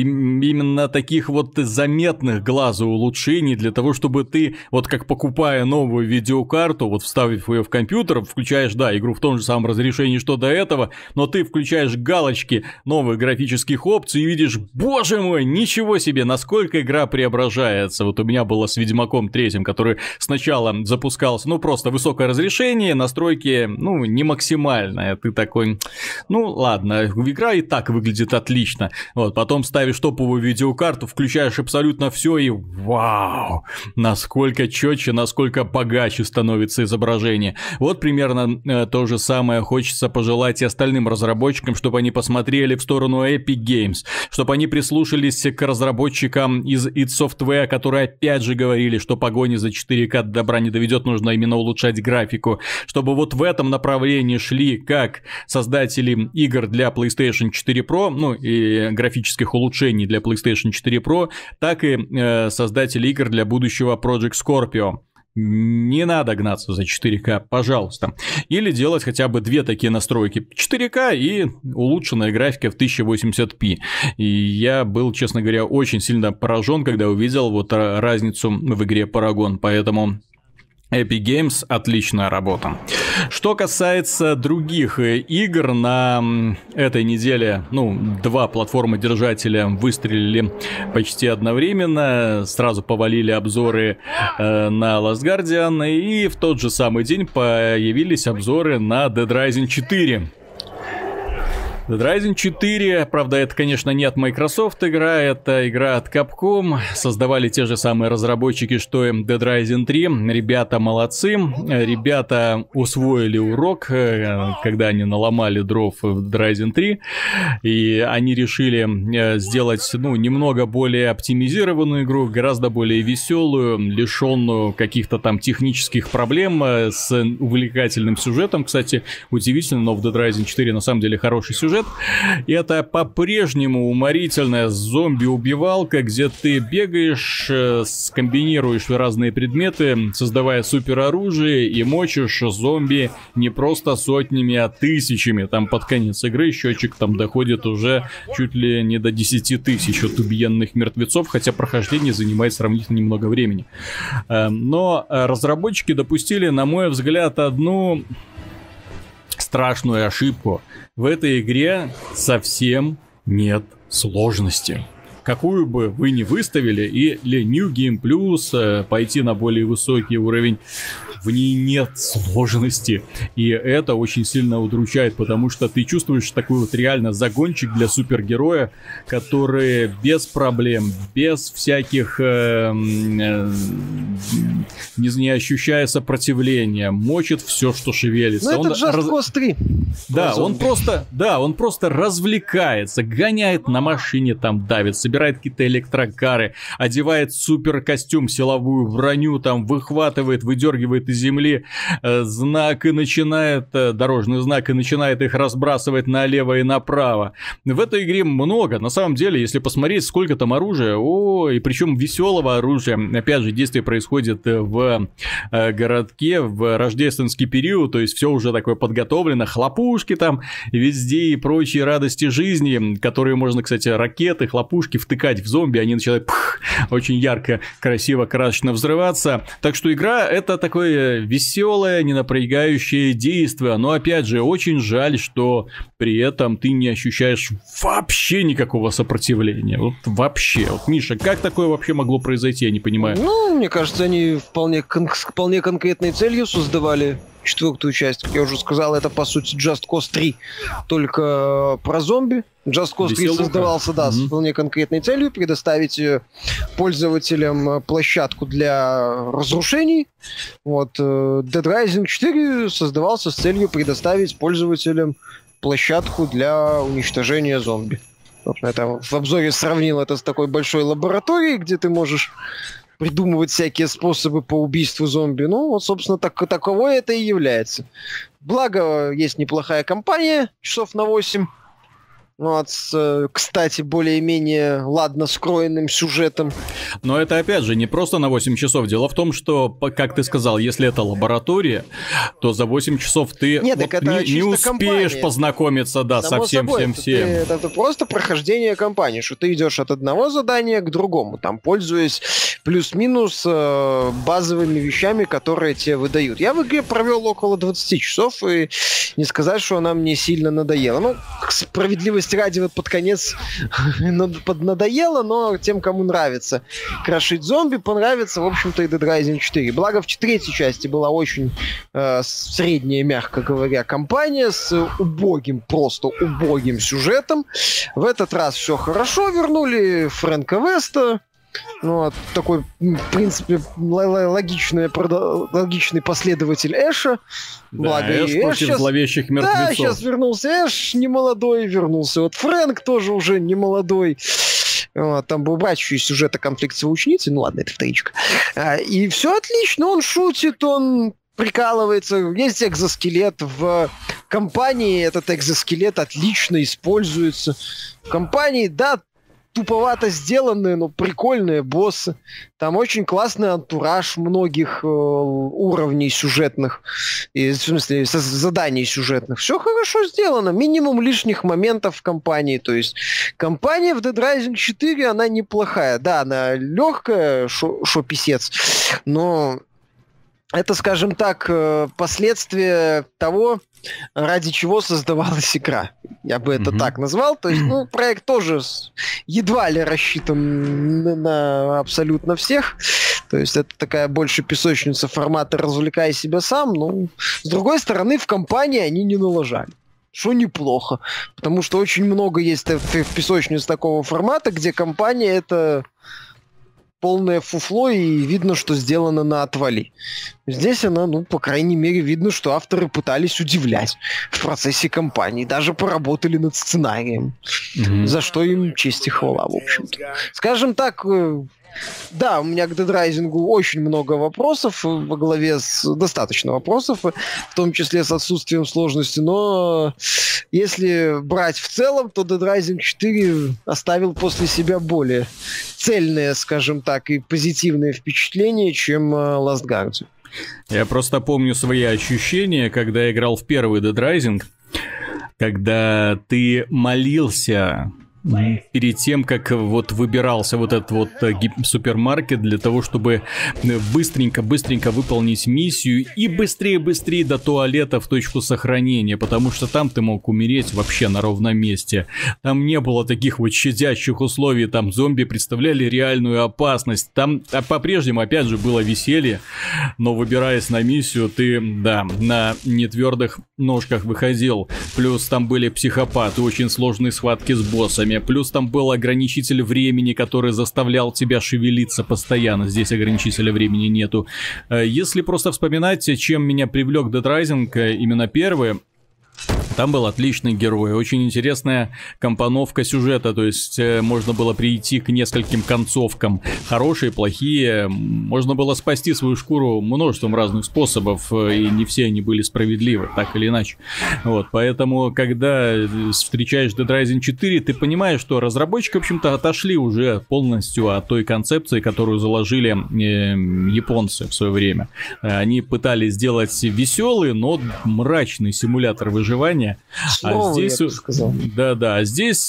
Speaker 1: именно таких вот заметных глазу улучшений, для того, чтобы ты, вот как покупая новую видеокарту, вот вставив ее в компьютер, включаешь, да, игру в том же самом разрешении, что до этого, но ты включаешь галочки новых графических опций и видишь, боже мой, ничего себе, насколько игра преображается. Вот у меня было с Ведьмаком 3, который сначала запускался, ну, просто высокое разрешение, настройки, ну, не максимальное. Ты такой, ну, ладно, игра и так выглядит отлично. Вот, потом ставишь топовую видеокарту, включаешь абсолютно все и вау, насколько четче, насколько богаче становится изображение. Вот примерно то же самое хочется пожелать и остальным разработчикам, чтобы они посмотрели в сторону Epic Games, чтобы они прислушались к разработчикам из id Software, которые опять же говорили, что погони за 4К до добра не доведет, нужно именно улучшать графику, чтобы вот в этом направлении шли как создатели игр для PlayStation 4 Pro, ну и графических улучшений для PlayStation 4 Pro, так и создатели игр для будущего Project Scorpio. Не надо гнаться за 4К, пожалуйста. Или делать хотя бы две такие настройки. 4К и улучшенная графика в 1080p. И я был, честно говоря, очень сильно поражен, когда увидел вот разницу в игре Paragon. Поэтому Epic Games — отличная работа. Что касается других игр, на этой неделе, ну, два платформы-держателя выстрелили почти одновременно, сразу повалили обзоры на Last Guardian, и в тот же самый день появились обзоры на Dead Rising 4. Dead Rising 4, правда, это, конечно, не от Microsoft игра, это игра от Capcom. Создавали те же самые разработчики, что и Dead Rising 3. Ребята молодцы, ребята усвоили урок, когда они наломали дров в Dead Rising 3. И они решили сделать, ну, немного более оптимизированную игру, гораздо более веселую, лишенную каких-то там технических проблем, с увлекательным сюжетом. Кстати, удивительно, но в Dead Rising 4 на самом деле хороший сюжет. И это по-прежнему уморительная зомби-убивалка, где ты бегаешь, комбинируешь разные предметы, создавая супероружие, и мочишь зомби не просто сотнями, а тысячами. Там под конец игры счетчик там доходит уже чуть ли не до 10 тысяч от убиенных мертвецов, хотя прохождение занимает сравнительно немного времени. Но разработчики допустили, на мой взгляд, одну страшную ошибку. В этой игре совсем нет сложности. Какую бы вы ни выставили, или New Game Plus, пойти на более высокий уровень, в ней нет сложности. И это очень сильно удручает, потому что ты чувствуешь такой вот реально загончик для супергероя, который без проблем, без всяких, не ощущая сопротивления, мочит все, что шевелится.
Speaker 2: Ну, это Just Cause 3.
Speaker 1: Да, он просто развлекается, гоняет на машине, там давит, собирает какие-то электрокары, одевает супер костюм, силовую броню, там выхватывает, выдергивает из земли знак и начинает, дорожный знак, и начинает их разбрасывать налево и направо. В этой игре много. На самом деле, если посмотреть, сколько там оружия, и причем веселого оружия. Опять же, действие происходит в городке в рождественский период, то есть все уже такое подготовлено, хлопушки там везде и прочие радости жизни, которые можно, кстати, ракеты, хлопушки втыкать в зомби, они начинают очень ярко, красиво, красочно взрываться. Так что игра это такое веселое, ненапрягающее действие, но опять же, очень жаль, что при этом ты не ощущаешь вообще никакого сопротивления. Вот вообще. Вот, Миша, как такое вообще могло произойти, я не понимаю.
Speaker 2: Ну, мне кажется, они вполне конкретной целью создавали четвертую часть. Как я уже сказал, это по сути Just Cause 3, только про зомби. Just Cause 3 создавался, да, с вполне конкретной целью предоставить пользователям площадку для разрушений. Вот. Dead Rising 4 создавался с целью предоставить пользователям площадку для уничтожения зомби. Я там в обзоре сравнил это с такой большой лабораторией, где ты можешь придумывать всякие способы по убийству зомби. Ну, вот, собственно, таково это и является. Благо, есть неплохая кампания, часов на 8. Вот, кстати, более-менее ладно скроенным сюжетом.
Speaker 1: Но это, опять же, не просто на 8 часов. Дело в том, что, как ты сказал, если это лаборатория, то за 8 часов ты не успеешь компания. Познакомиться, да, со всем.
Speaker 2: Это просто прохождение кампании, что ты идешь от одного задания к другому, там, пользуясь плюс-минус базовыми вещами, которые тебе выдают. Я в игре провел около 20 часов, и не сказать, что она мне сильно надоела. Ну, справедливости ради, вот под конец поднадоело, но тем, кому нравится крошить зомби, понравится, в общем-то, и Dead Rising 4. Благо, в третьей части была очень средняя, мягко говоря, кампания с просто убогим сюжетом. В этот раз все хорошо, вернули Фрэнка Веста. Ну, вот, такой, в принципе, логичный последователь Эша.
Speaker 1: Благо, Эш против сейчас... зловещих мертвецов.
Speaker 2: Да, сейчас вернулся Эш немолодой, вернулся вот Фрэнк тоже уже немолодой. Вот, там был брачный сюжет о конфликте соученицы, ну ладно, это вторичка. И все отлично, он шутит, он прикалывается. Есть экзоскелет в компании, этот экзоскелет отлично используется. В компании, да, туповато сделанные, но прикольные боссы. Там очень классный антураж многих уровней сюжетных. В смысле, заданий сюжетных. Все хорошо сделано. Минимум лишних моментов в кампании. То есть кампания в Dead Rising 4, она неплохая. Да, она легкая, шо писец. Но это, скажем так, последствия того, ради чего создавалась игра. Я бы это так назвал. То есть, ну, проект тоже едва ли рассчитан на абсолютно всех. То есть это такая больше песочница формата «развлекай себя сам». Но, с другой стороны, в компании они не налажали. Что неплохо. Потому что очень много есть песочниц такого формата, где компания — это полное фуфло, и видно, что сделано на отвали. Здесь она, ну, по крайней мере, видно, что авторы пытались удивлять в процессе кампании, даже поработали над сценарием, за что им честь и хвала, в общем-то. Скажем так, да, у меня к Dead Rising очень много вопросов, во главе с достаточно вопросов, в том числе с отсутствием сложности, но если брать в целом, то Dead Rising 4 оставил после себя более цельные, скажем так, и позитивные впечатления, чем Last Guardian.
Speaker 1: Я просто помню свои ощущения, когда я играл в первый Dead Rising, когда ты молился перед тем, как вот выбирался вот этот вот супермаркет для того, чтобы быстренько выполнить миссию и быстрее до туалета в точку сохранения, потому что там ты мог умереть вообще на ровном месте. Там не было таких вот щадящих условий, там зомби представляли реальную опасность. Там по-прежнему, опять же, было веселье, но выбираясь на миссию, ты, да, на нетвердых ножках выходил. Плюс там были психопаты, очень сложные схватки с боссами. Плюс там был ограничитель времени, который заставлял тебя шевелиться постоянно. Здесь ограничителя времени нету. Если просто вспоминать, чем меня привлек Dead Rising, именно первый, Там был отличный герой, очень интересная компоновка сюжета, то есть можно было прийти к нескольким концовкам, хорошие, плохие, можно было спасти свою шкуру множеством разных способов, и не все они были справедливы, так или иначе. Вот, поэтому, когда встречаешь Dead Rising 4, ты понимаешь, что разработчики, в общем-то, отошли уже полностью от той концепции, которую заложили японцы в свое время. Они пытались сделать веселый, но мрачный симулятор выживания.
Speaker 2: Снова,
Speaker 1: а здесь,
Speaker 2: я бы сказал.
Speaker 1: а здесь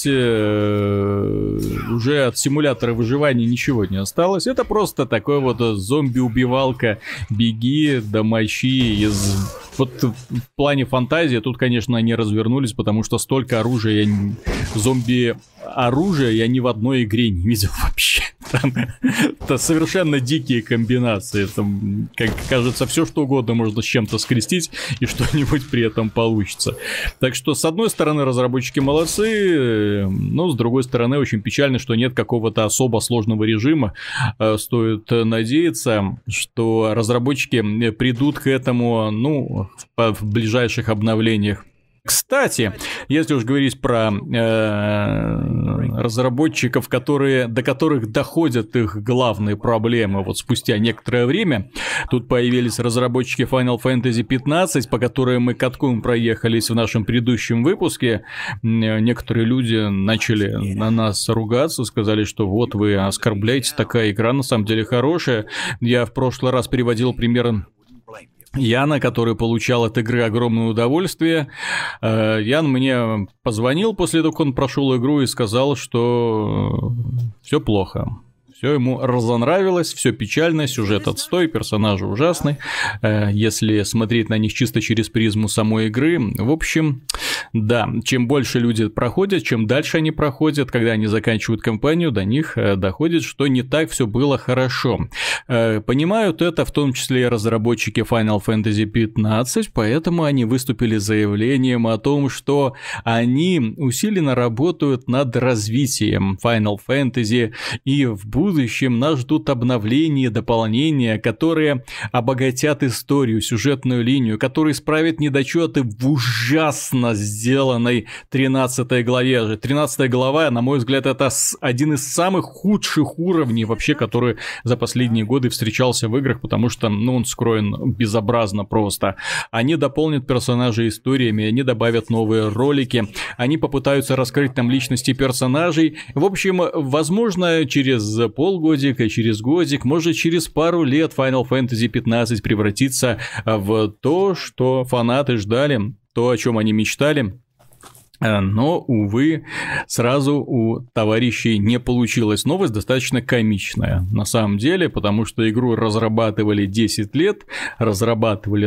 Speaker 1: уже от симулятора выживания ничего не осталось. Это просто такой вот зомби-убивалка. Беги, домочи Вот в плане фантазии тут, конечно, они развернулись, потому что столько оружия, зомби-оружия я ни в одной игре не видел вообще. Это совершенно дикие комбинации. Там, как кажется, все что угодно можно с чем-то скрестить, и что-нибудь при этом получится. Так что, с одной стороны, разработчики молодцы, но с другой стороны, очень печально, что нет какого-то особо сложного режима. Стоит надеяться, что разработчики придут к этому, в ближайших обновлениях. Кстати, если уж говорить про разработчиков, до которых доходят их главные проблемы вот спустя некоторое время, тут появились разработчики Final Fantasy 15, по которым мы катком проехались в нашем предыдущем выпуске. Некоторые люди начали на нас ругаться, сказали, что вот вы оскорбляете, такая игра на самом деле хорошая. Я в прошлый раз приводил пример Яна, который получал от игры огромное удовольствие. Ян мне позвонил после того, как он прошел игру, и сказал, что все плохо. Все ему разонравилось, все печально, сюжет отстой, персонажи ужасны, если смотреть на них чисто через призму самой игры. В общем, да, чем больше люди проходят, чем дальше они проходят, когда они заканчивают кампанию, до них доходит, что не так все было хорошо. Понимают это в том числе и разработчики Final Fantasy 15, поэтому они выступили с заявлением о том, что они усиленно работают над развитием Final Fantasy, и в будущем нас ждут обновления, дополнения, которые обогатят историю, сюжетную линию, которые исправят недочеты в ужасно сделанной 13 главе. 13 глава, на мой взгляд, это один из самых худших уровней вообще, который за последние годы встречался в играх, потому что, он скроен безобразно просто. Они дополнят персонажей историями, они добавят новые ролики, они попытаются раскрыть там личности персонажей. В общем, возможно, через полгодика, через годик, может, через пару лет Final Fantasy 15 превратится в то, что фанаты ждали, то, о чем они мечтали. Но, увы, сразу у товарищей не получилось. Новость достаточно комичная, на самом деле, потому что игру разрабатывали 10 лет, разрабатывали,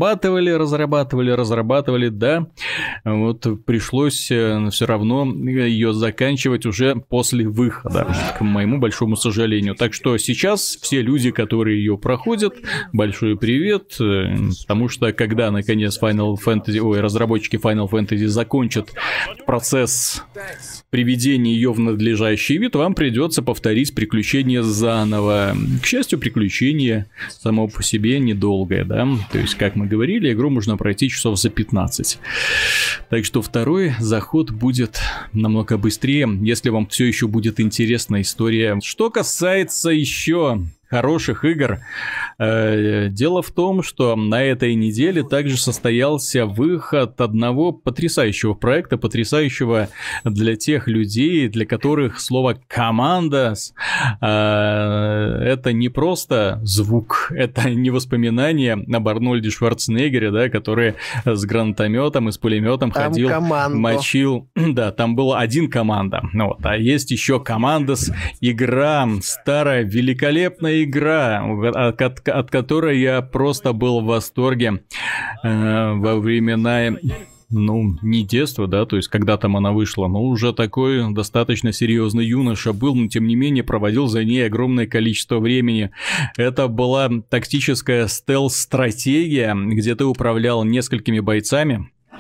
Speaker 1: да, вот пришлось все равно ее заканчивать уже после выхода, к моему большому сожалению. Так что сейчас все люди, которые ее проходят, большой привет, потому что когда, наконец, разработчики Final Fantasy закончат процесс приведения ее в надлежащий вид, вам придется повторить приключение заново. К счастью, приключение само по себе недолгое, да, то есть, как мы говорили, игру можно пройти часов за 15. Так что второй заход будет намного быстрее, если вам все еще будет интересна история. Что касается еще хороших игр, дело в том, что на этой неделе также состоялся выход одного потрясающего проекта, потрясающего для тех людей, для которых слово «командос» это не просто звук, это не воспоминание об Арнольде Шварценеггере, да, который с гранатометом и с пулеметом там ходил, команду мочил. Да, там было один команда, а есть еще командос, игра, старая, великолепная игра, от которой я просто был в восторге во времена, не детства, да, то есть когда там она вышла, но уже такой достаточно серьезный юноша был, но тем не менее проводил за ней огромное количество времени. Это была тактическая стелс-стратегия, где ты управлял несколькими бойцами.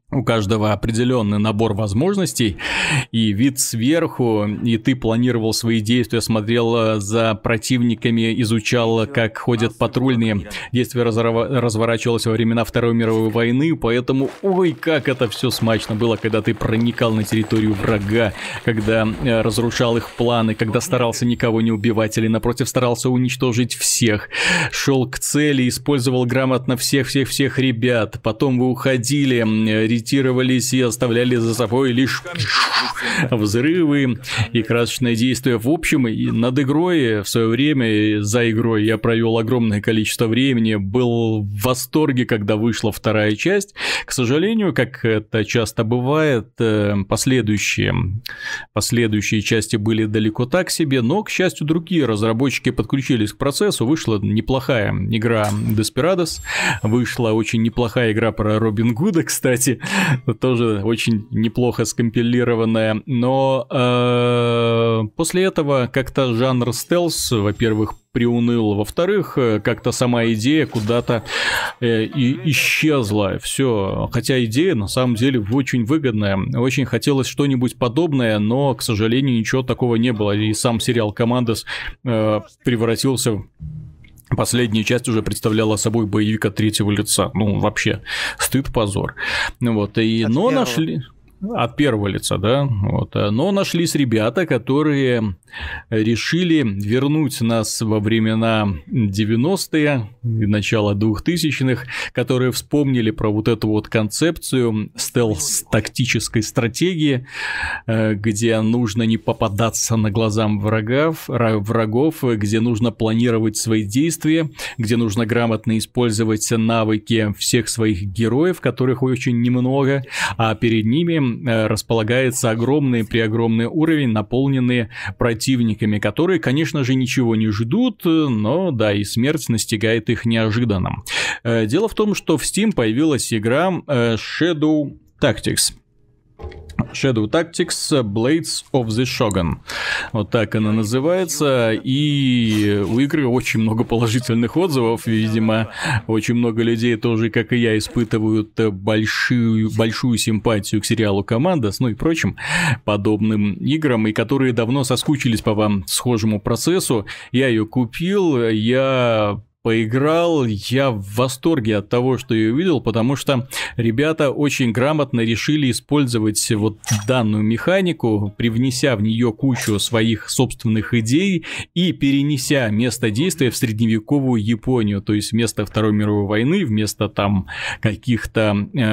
Speaker 1: у каждого определенный набор возможностей и вид сверху, и ты планировал свои действия, смотрел за противниками, изучал, как ходят патрульные. Действие разворачивалось во времена Второй мировой войны, поэтому, ой, как это все смачно было, когда ты проникал на территорию врага, когда разрушал их планы, когда старался никого не убивать или, напротив, старался уничтожить всех, шел к цели, использовал грамотно всех ребят, потом вы уходили, ретировались и оставляли за собой лишь взрывы и красочное действие. В общем, над игрой в свое время, за игрой я провел огромное количество времени, был в восторге, когда вышла вторая часть. К сожалению, как это часто бывает, последующие части были далеко так себе, но, к счастью, другие разработчики подключились к процессу. Вышла неплохая игра Desperados, вышла очень неплохая игра про Робин Гуда, кстати, тоже очень неплохо скомпилированная, но после этого как-то жанр стелс, во-первых, приуныл, во-вторых, как-то сама идея куда-то исчезла, все, хотя идея на самом деле очень выгодная, очень хотелось что-нибудь подобное, но, к сожалению, ничего такого не было, и сам сериал «Командос» превратился в... Последняя часть уже представляла собой боевик от третьего лица. Ну, вообще, стыд-позор. Вот, но нашли... От первого лица, да. Вот. Но нашлись ребята, которые решили вернуть нас во времена 90-е и начала 2000-х, которые вспомнили про вот эту вот концепцию стелс-тактической стратегии, где нужно не попадаться на глазам врагов, где нужно планировать свои действия, где нужно грамотно использовать навыки всех своих героев, которых очень немного, а перед ними располагается преогромный уровень, наполненный противниками, которые, конечно же, ничего не ждут, но да, и смерть настигает их неожиданно. Дело в том, что в Steam появилась игра Shadow Tactics Blades of the Shogun. Вот так она называется. И у игры очень много положительных отзывов. Видимо, очень много людей тоже, как и я, испытывают большую симпатию к сериалу «Командос», ну и прочим подобным играм, и которые давно соскучились по вам схожему процессу. Я ее купил, я поиграл, я в восторге от того, что я увидел, потому что ребята очень грамотно решили использовать вот данную механику, привнеся в нее кучу своих собственных идей и перенеся место действия в средневековую Японию, то есть вместо Второй мировой войны, вместо там каких-то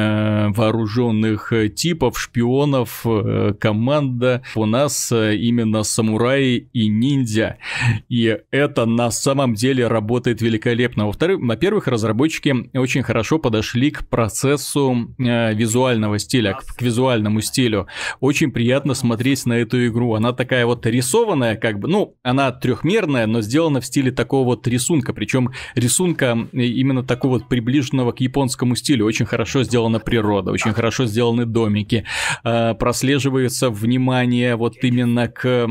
Speaker 1: вооруженных типов, шпионов, команда, у нас именно самураи и ниндзя, и это на самом деле работает великолепно. Во-первых, разработчики очень хорошо подошли к процессу визуального стиля, к визуальному стилю. Очень приятно смотреть на эту игру. Она такая вот рисованная, как бы, ну, она трехмерная, но сделана в стиле такого вот рисунка. Причем рисунка именно такого вот приближенного к японскому стилю. Очень хорошо сделана природа, очень хорошо сделаны домики. Прослеживается внимание вот именно к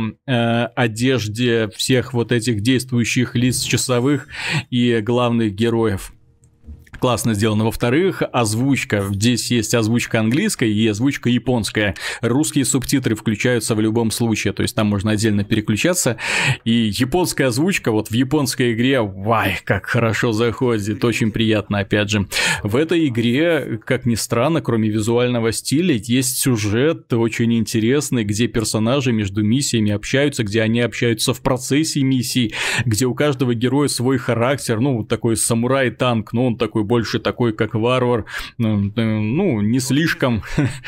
Speaker 1: одежде всех вот этих действующих лиц часовых и главных героев. Классно сделано. Во-вторых, озвучка. Здесь есть озвучка английская и озвучка японская. Русские субтитры включаются в любом случае, то есть там можно отдельно переключаться. И японская озвучка вот в японской игре, вай, как хорошо заходит, очень приятно, опять же. В этой игре, как ни странно, кроме визуального стиля, есть сюжет очень интересный, где персонажи между миссиями общаются, где они общаются в процессе миссий, где у каждого героя свой характер, ну, такой самурай-танк, ну, он такой больше такой, как варвар, ну, не слишком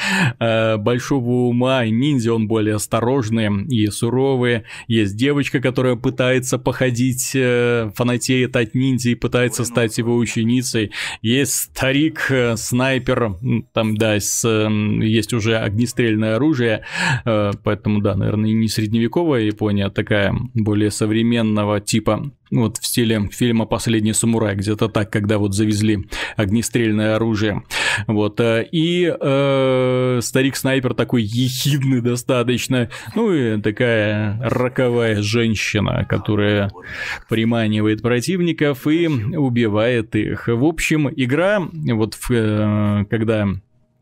Speaker 1: большого ума, и ниндзя он более осторожный и суровый. Есть девочка, которая пытается походить, фанатеет от ниндзя и пытается стать его ученицей. Есть старик, снайпер, там, да, есть уже огнестрельное оружие, поэтому, да, наверное, не средневековая Япония, а такая более современного типа. Вот в стиле фильма «Последний самурай», где-то так, когда вот завезли огнестрельное оружие. Вот. И старик-снайпер такой ехидный достаточно. Ну и такая роковая женщина, которая приманивает противников и убивает их. В общем, игра, вот когда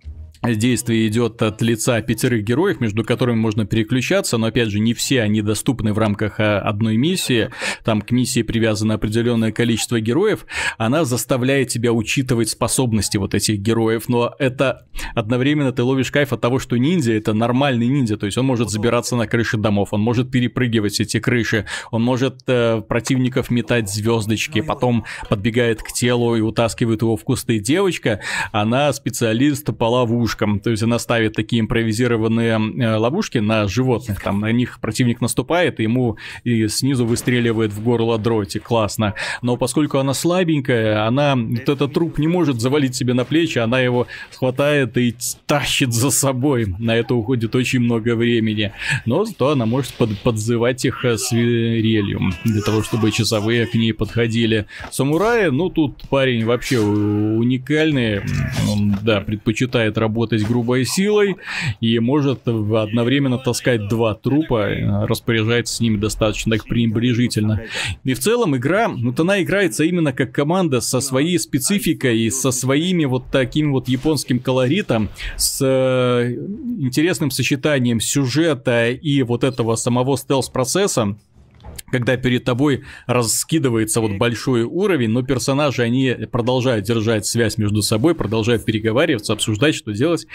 Speaker 1: Действие идет от лица 5 героев, между которыми можно переключаться, но, опять же, не все они доступны в рамках одной миссии. Там к миссии привязано определенное количество героев. Она заставляет тебя учитывать способности вот этих героев, но это одновременно ты ловишь кайф от того, что ниндзя — это нормальный ниндзя, то есть он может забираться на крыши домов, он может перепрыгивать эти крыши, он может противников метать звездочки, потом подбегает к телу и утаскивает его в кусты. Девочка, она специалист по ловушкам. То есть она ставит такие импровизированные ловушки на животных, там на них противник наступает, и ему и снизу выстреливает в горло дротик, классно. Но поскольку она слабенькая, она вот этот труп не может завалить себе на плечи, она его хватает и тащит за собой. На это уходит очень много времени. Но зато она может подзывать их свирелью, для того, чтобы часовые к ней подходили. Самураи, ну тут парень вообще уникальный, он, да, предпочитает работать грубой силой и может одновременно таскать 2 трупа, распоряжается с ними достаточно так пренебрежительно. И в целом игра, вот она играется именно как команда со своей спецификой и со своими вот таким вот японским колоритом, с интересным сочетанием сюжета и вот этого самого стелс-процесса, когда перед тобой раскидывается вот большой уровень, но персонажи, они продолжают держать связь между собой, продолжают переговариваться, обсуждать, что делать,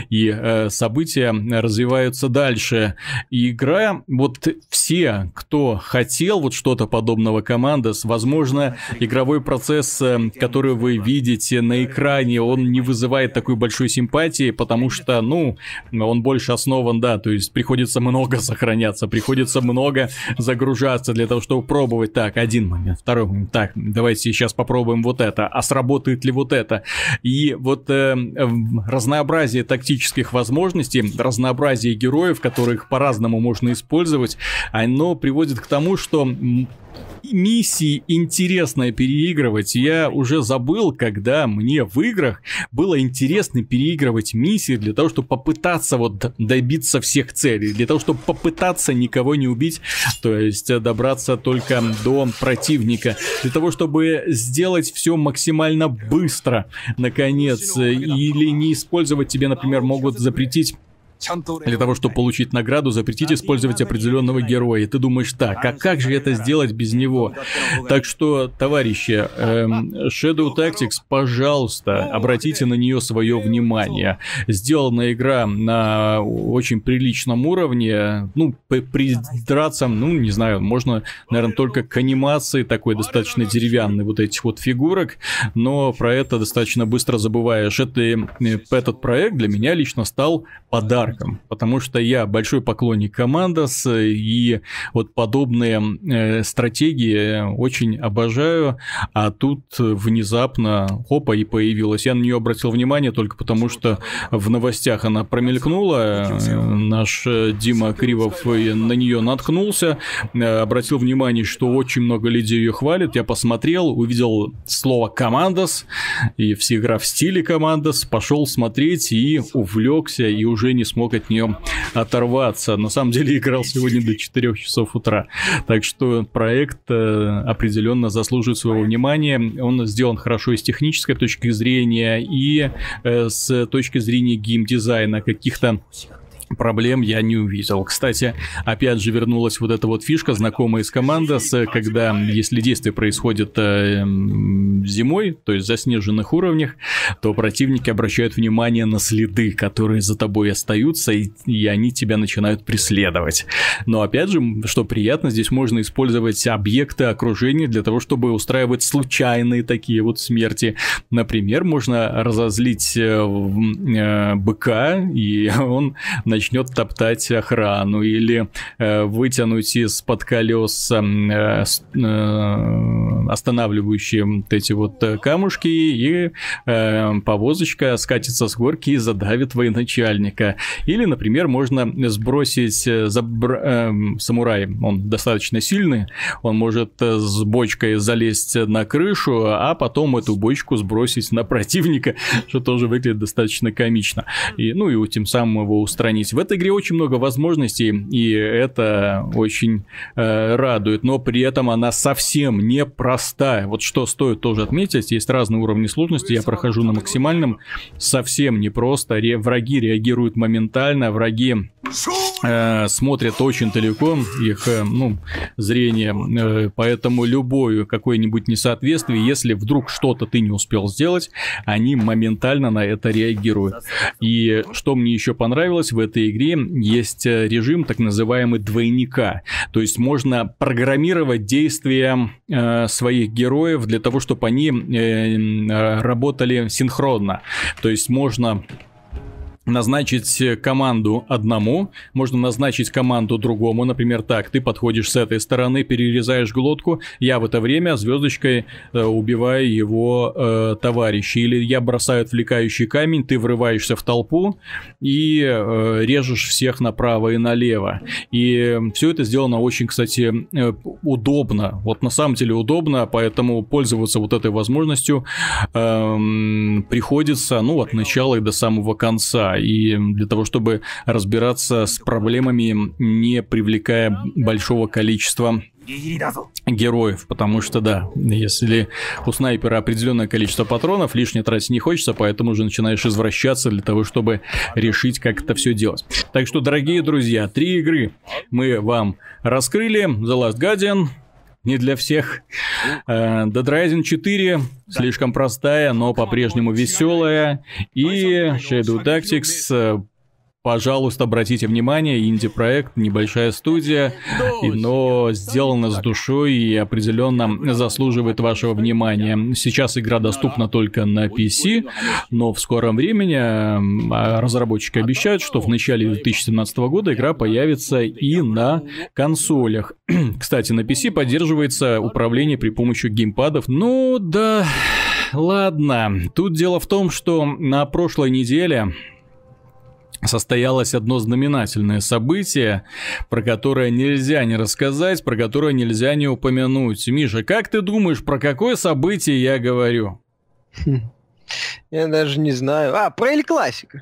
Speaker 1: и события развиваются дальше. И игра, вот все, кто хотел вот что-то подобного Командос, возможно, игровой процесс, который вы видите на экране, он не вызывает такой большой симпатии, потому что, ну, он больше основан, да, то есть приходится много сохраняться, приходится много загружаться для того, чтобы пробовать. Так, один момент, второй момент. Так, давайте сейчас попробуем вот это. А сработает ли вот это? И вот разнообразие тактических возможностей, разнообразие героев, которых по-разному можно использовать, оно приводит к тому, что миссии интересно переигрывать. Я уже забыл, когда мне в играх было интересно переигрывать миссии для того, чтобы попытаться вот добиться всех целей, для того, чтобы попытаться никого не убить, то есть добраться только до противника, для того, чтобы сделать все максимально быстро, наконец, или не использовать, тебе, например, могут запретить. Для того, чтобы получить награду, запретить использовать определенного героя. И ты думаешь, так, а как же это сделать без него? Так что, товарищи, Shadow Tactics, пожалуйста, обратите на нее свое внимание. Сделана игра на очень приличном уровне. Ну, придраться, ну, не знаю, можно, наверное, только к анимации такой достаточно деревянной вот этих вот фигурок, но про это достаточно быстро забываешь. Этот проект для меня лично стал подарком. Потому что я большой поклонник Командос, и вот подобные стратегии очень обожаю, а тут внезапно, хопа, и появилась. Я на нее обратил внимание только потому, что в новостях она промелькнула, наш Дима Кривов на нее наткнулся, обратил внимание, что очень много людей ее хвалят, я посмотрел, увидел слово Командос, и вся игра в стиле Командос, пошел смотреть и увлекся, и уже не смог от нее оторваться. На самом деле играл сегодня до 4 часов утра. Так что проект определенно заслуживает своего внимания. Он сделан хорошо и с технической точки зрения, и с точки зрения геймдизайна. Каких-то проблем я не увидел. Кстати, опять же вернулась вот эта вот фишка, знакомая из Командос, когда, если действие происходит зимой, то есть в заснеженных уровнях, то противники обращают внимание на следы, которые за тобой остаются, и они тебя начинают преследовать. Но опять же, что приятно, здесь можно использовать объекты окружения для того, чтобы устраивать случайные такие вот смерти. Например, можно разозлить быка, и он начнет топтать охрану, или вытянуть из-под колес останавливающие вот эти вот камушки, и повозочка скатится с горки и задавит военачальника. Или, например, можно сбросить самурай, он достаточно сильный, он может с бочкой залезть на крышу, а потом эту бочку сбросить на противника, что тоже выглядит достаточно комично. И, ну и тем самым его устранить. оценить. В этой игре очень много возможностей, и это очень радует, но при этом она совсем непростая. Вот что стоит тоже отметить, есть разные уровни сложности, я прохожу на максимальном, совсем непросто, враги реагируют моментально, враги смотрят очень далеко, их зрение, поэтому любое какое-нибудь несоответствие, если вдруг что-то ты не успел сделать, они моментально на это реагируют. И что мне еще понравилось в этой игре, есть режим так называемый двойника, то есть можно программировать действия своих героев для того, чтобы они работали синхронно, то есть можно назначить команду одному, можно назначить команду другому, например, так, ты подходишь с этой стороны, перерезаешь глотку, я в это время звездочкой убиваю его товарища, или я бросаю отвлекающий камень, ты врываешься в толпу и режешь всех направо и налево, и все это сделано очень, кстати, удобно, вот на самом деле удобно, поэтому пользоваться вот этой возможностью приходится, от начала и до самого конца. И для того, чтобы разбираться с проблемами, не привлекая большого количества героев, потому что, да, если у снайпера определенное количество патронов, лишнее тратить не хочется, поэтому уже начинаешь извращаться для того, чтобы решить, как это все делать. Так что, дорогие друзья, 3 игры мы вам раскрыли. The Last Guardian не для всех. Dead Rising 4 слишком простая, но по-прежнему веселая. И Shadow Tactics, пожалуйста, обратите внимание, инди-проект, небольшая студия, но сделана с душой и определенно заслуживает вашего внимания. Сейчас игра доступна только на PC, но в скором времени разработчики обещают, что в начале 2017 года игра появится и на консолях. Кстати, на PC поддерживается управление при помощи геймпадов. Ну да, ладно. Тут дело в том, что на прошлой неделе состоялось одно знаменательное событие, про которое нельзя не рассказать, про которое нельзя не упомянуть. Миша, как ты думаешь, про какое событие я говорю?
Speaker 2: Я даже не знаю. Про Эль Классико.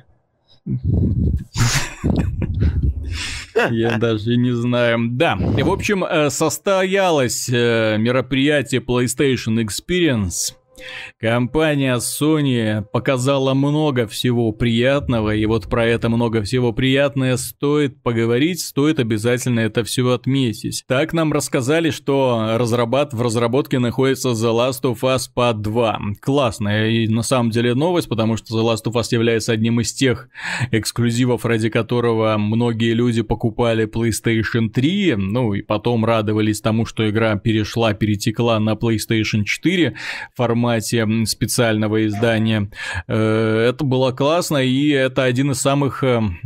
Speaker 1: Я даже не знаю. Да, в общем, состоялось мероприятие PlayStation Experience. Компания Sony показала много всего приятного, и вот про это много всего приятное стоит поговорить, стоит обязательно это все отметить. Так нам рассказали, что в разработке находится The Last of Us Part 2. Классная и на самом деле новость, потому что The Last of Us является одним из тех эксклюзивов, ради которого многие люди покупали PlayStation 3, и потом радовались тому, что игра перетекла на PlayStation 4 в формате специального издания. Это было классно, и это один из самых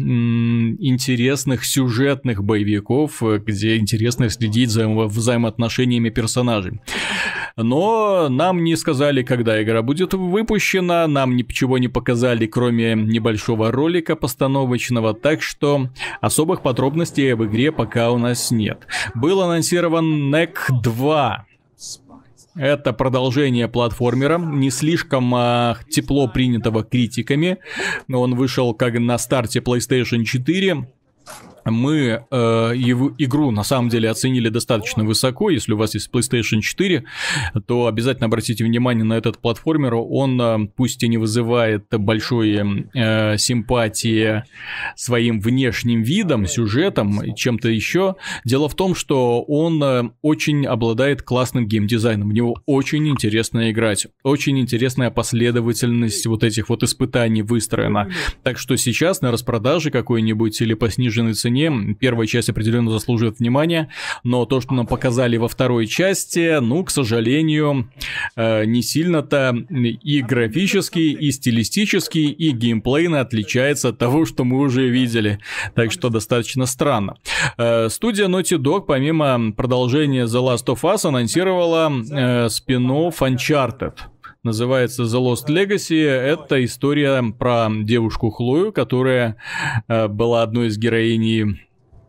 Speaker 1: интересных сюжетных боевиков, где интересно следить за взаимоотношениями персонажей. Но нам не сказали, когда игра будет выпущена, нам ничего не показали, кроме небольшого ролика постановочного, так что особых подробностей в игре пока у нас нет. Был анонсирован NEC 2. Это продолжение платформера, не слишком тепло принятого критиками, но он вышел как на старте PlayStation 4. Мы игру на самом деле оценили достаточно высоко. Если у вас есть PlayStation 4, то обязательно обратите внимание на этот платформер. Он пусть и не вызывает большой симпатии своим внешним видом, сюжетом и чем-то еще. Дело в том, что он очень обладает классным геймдизайном. В него очень интересно играть. Очень интересная последовательность вот этих вот испытаний выстроена. Так что сейчас на распродаже какой-нибудь или по сниженной цене первая часть определенно заслуживает внимания, но то, что нам показали во второй части, к сожалению, не сильно-то и графически, и стилистически, и геймплейно отличается от того, что мы уже видели. Так что достаточно странно. Студия Naughty Dog, помимо продолжения The Last of Us, анонсировала спин-офф Uncharted. Называется The Lost Legacy. Это история про девушку Хлою, которая была одной из героиней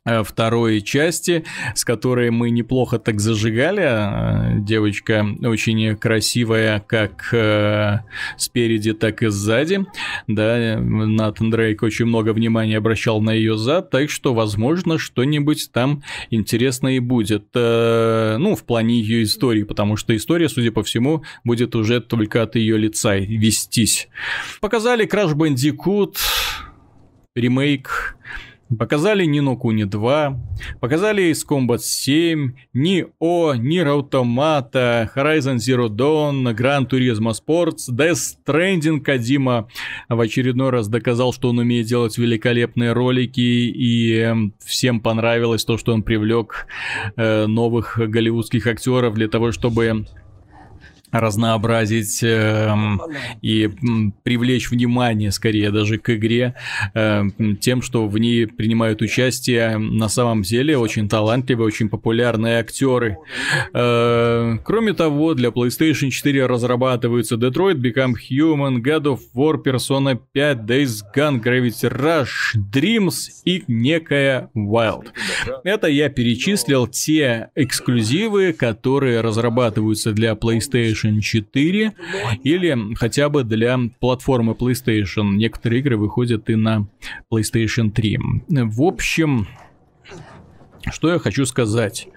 Speaker 1: второй части, с которой мы неплохо так зажигали. Девочка очень красивая, как спереди, так и сзади. Да, Натан Дрейк очень много внимания обращал на ее зад, так что, возможно, что-нибудь там интересное и будет. Ну, в плане ее истории, потому что история, судя по всему, будет уже только от ее лица вестись. Показали Crash Bandicoot, ремейк. Показали Ни но Куни 2, показали Ace Combat 7, Nioh, Nier Automata, Horizon Zero Dawn, Gran Turismo Sports, Death Stranding. Кодзима в очередной раз доказал, что он умеет делать великолепные ролики, и всем понравилось то, что он привлек новых голливудских актеров для того, чтобы разнообразить и привлечь внимание, скорее, даже к игре, тем, что в ней принимают участие на самом деле очень талантливые, очень популярные актеры. Кроме того, для PlayStation 4 разрабатываются Detroit Become Human, God of War, Persona 5, Days Gone, Gravity Rush, Dreams и некая Wild. Это я перечислил те эксклюзивы, которые разрабатываются для PlayStation 4 или хотя бы для платформы PlayStation. Некоторые игры выходят и на PlayStation 3. В общем, что я хочу сказать.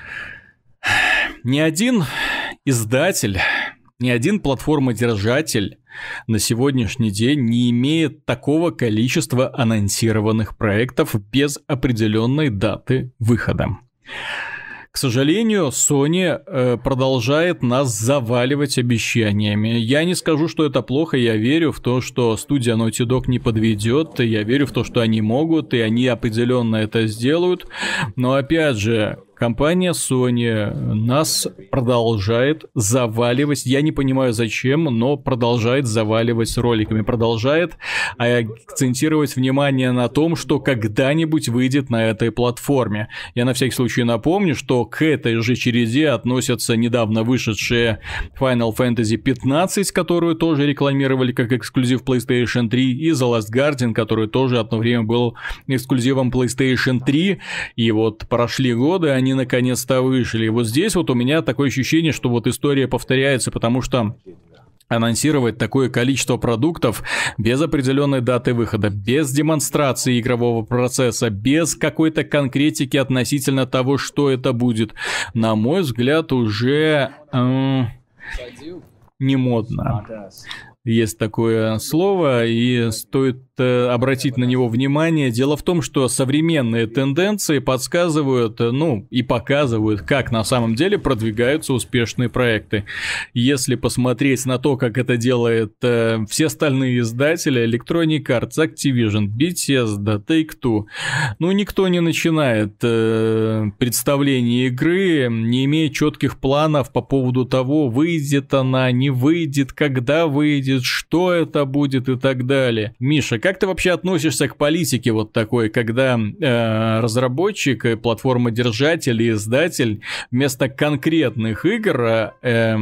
Speaker 1: Ни один издатель, ни один платформодержатель на сегодняшний день не имеет такого количества анонсированных проектов без определенной даты выхода. К сожалению, Sony продолжает нас заваливать обещаниями. Я не скажу, что это плохо, я верю в то, что студия Naughty Dog не подведет, я верю в то, что они могут, и они определенно это сделают. Но опять же, компания Sony нас продолжает заваливать. Я не понимаю зачем, но продолжает заваливать роликами. Продолжает акцентировать внимание на том, что когда-нибудь выйдет на этой платформе. Я на всякий случай напомню, что к этой же череде относятся недавно вышедшие Final Fantasy 15, которую тоже рекламировали как эксклюзив PlayStation 3, и The Last Guardian, который тоже одно время был эксклюзивом PlayStation 3. И вот прошли годы, они наконец-то вышли. И вот здесь вот у меня такое ощущение, что вот история повторяется, потому что анонсировать такое количество продуктов без определенной даты выхода, без демонстрации игрового процесса, без какой-то конкретики относительно того, что это будет, на мой взгляд, уже не модно. Есть такое слово, и стоит обратить на него внимание. Дело в том, что современные тенденции подсказывают, ну, и показывают, как на самом деле продвигаются успешные проекты. Если посмотреть на то, как это делает все остальные издатели, Electronic Arts, Activision, Bethesda, Take-Two, ну, никто не начинает представление игры, не имея четких планов по поводу того, выйдет она, не выйдет, когда выйдет, что это будет и так далее. Миша, как ты вообще относишься к политике вот такой, когда разработчик, платформодержатель и издатель вместо конкретных игр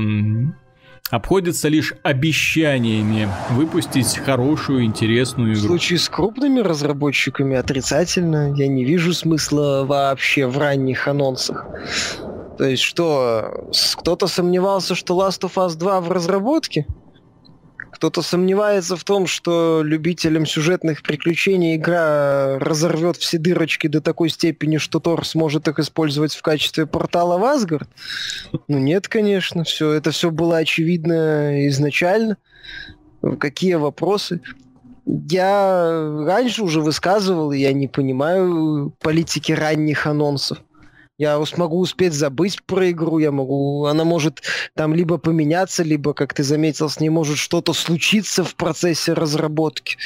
Speaker 1: обходится лишь обещаниями выпустить хорошую, интересную игру?
Speaker 2: В случае с крупными разработчиками отрицательно. Я не вижу смысла вообще в ранних анонсах. То есть что, кто-то сомневался, что Last of Us 2 в разработке? Кто-то сомневается в том, что любителям сюжетных приключений игра разорвет все дырочки до такой степени, что Тор сможет их использовать в качестве портала в Асгард? Ну нет, конечно, это все было очевидно изначально. Какие вопросы? Я раньше уже высказывал, я не понимаю политики ранних анонсов. Я смогу успеть забыть про игру, она может там либо поменяться, либо, как ты заметил, с ней может что-то случиться в процессе разработки.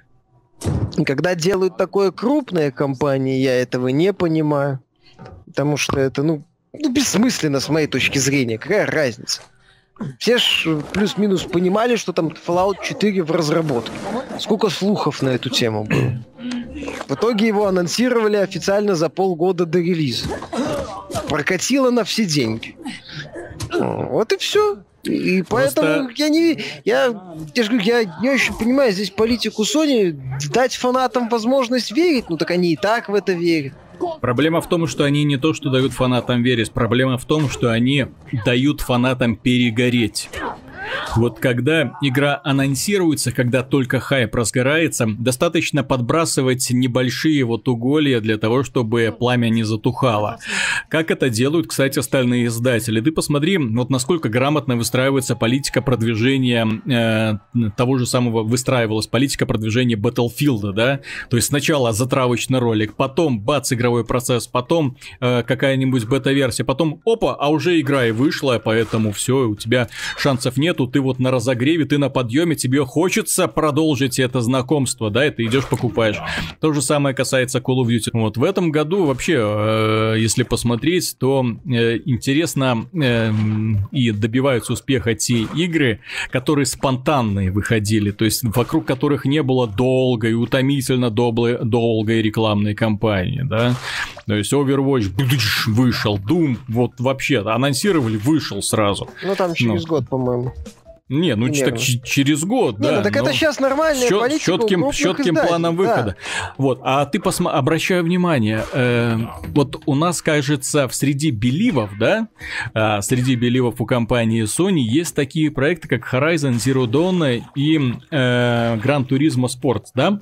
Speaker 2: И когда делают такое крупные компании, я этого не понимаю. Потому что это, бессмысленно с моей точки зрения. Какая разница? Все ж плюс-минус понимали, что там Fallout 4 в разработке. Сколько слухов на эту тему было. В итоге его анонсировали официально за полгода до релиза. Прокатило на все деньги. Вот и все. И поэтому я же говорю, я не очень понимаю здесь политику Sony. Дать фанатам возможность верить, так они и так в это верят.
Speaker 1: Проблема в том, что они не то, что дают фанатам верить, проблема в том, что они дают фанатам перегореть. Вот когда игра анонсируется, когда только хайп разгорается, достаточно подбрасывать небольшие вот уголья для того, чтобы пламя не затухало. Как это делают, кстати, остальные издатели. Ты посмотри, вот насколько грамотно выстраивается политика продвижения того же самого, выстраивалась политика продвижения Battlefield, да? То есть сначала затравочный ролик, потом бац, игровой процесс, потом какая-нибудь бета-версия, потом опа, а уже игра и вышла, поэтому все, у тебя шансов нету, ты вот на разогреве, ты на подъеме, тебе хочется продолжить это знакомство, да, и ты идешь покупаешь. То же самое касается Call of Duty. Вот в этом году вообще, если посмотреть, то интересно и добиваются успеха те игры, которые спонтанные выходили, то есть вокруг которых не было долгой, утомительно долгой рекламной кампании, да. То есть Overwatch вышел, Doom вот вообще анонсировали, вышел сразу.
Speaker 2: Ну там через год, по-моему.
Speaker 1: Не, ну так через год,
Speaker 2: не, да. Ну так это сейчас нормальная политика
Speaker 1: четким планом выхода. Да. Вот, а ты обращаю внимание, вот у нас, кажется, среди беливов, да, среди беливов у компании Sony есть такие проекты, как Horizon Zero Dawn и Gran Turismo Sport, да?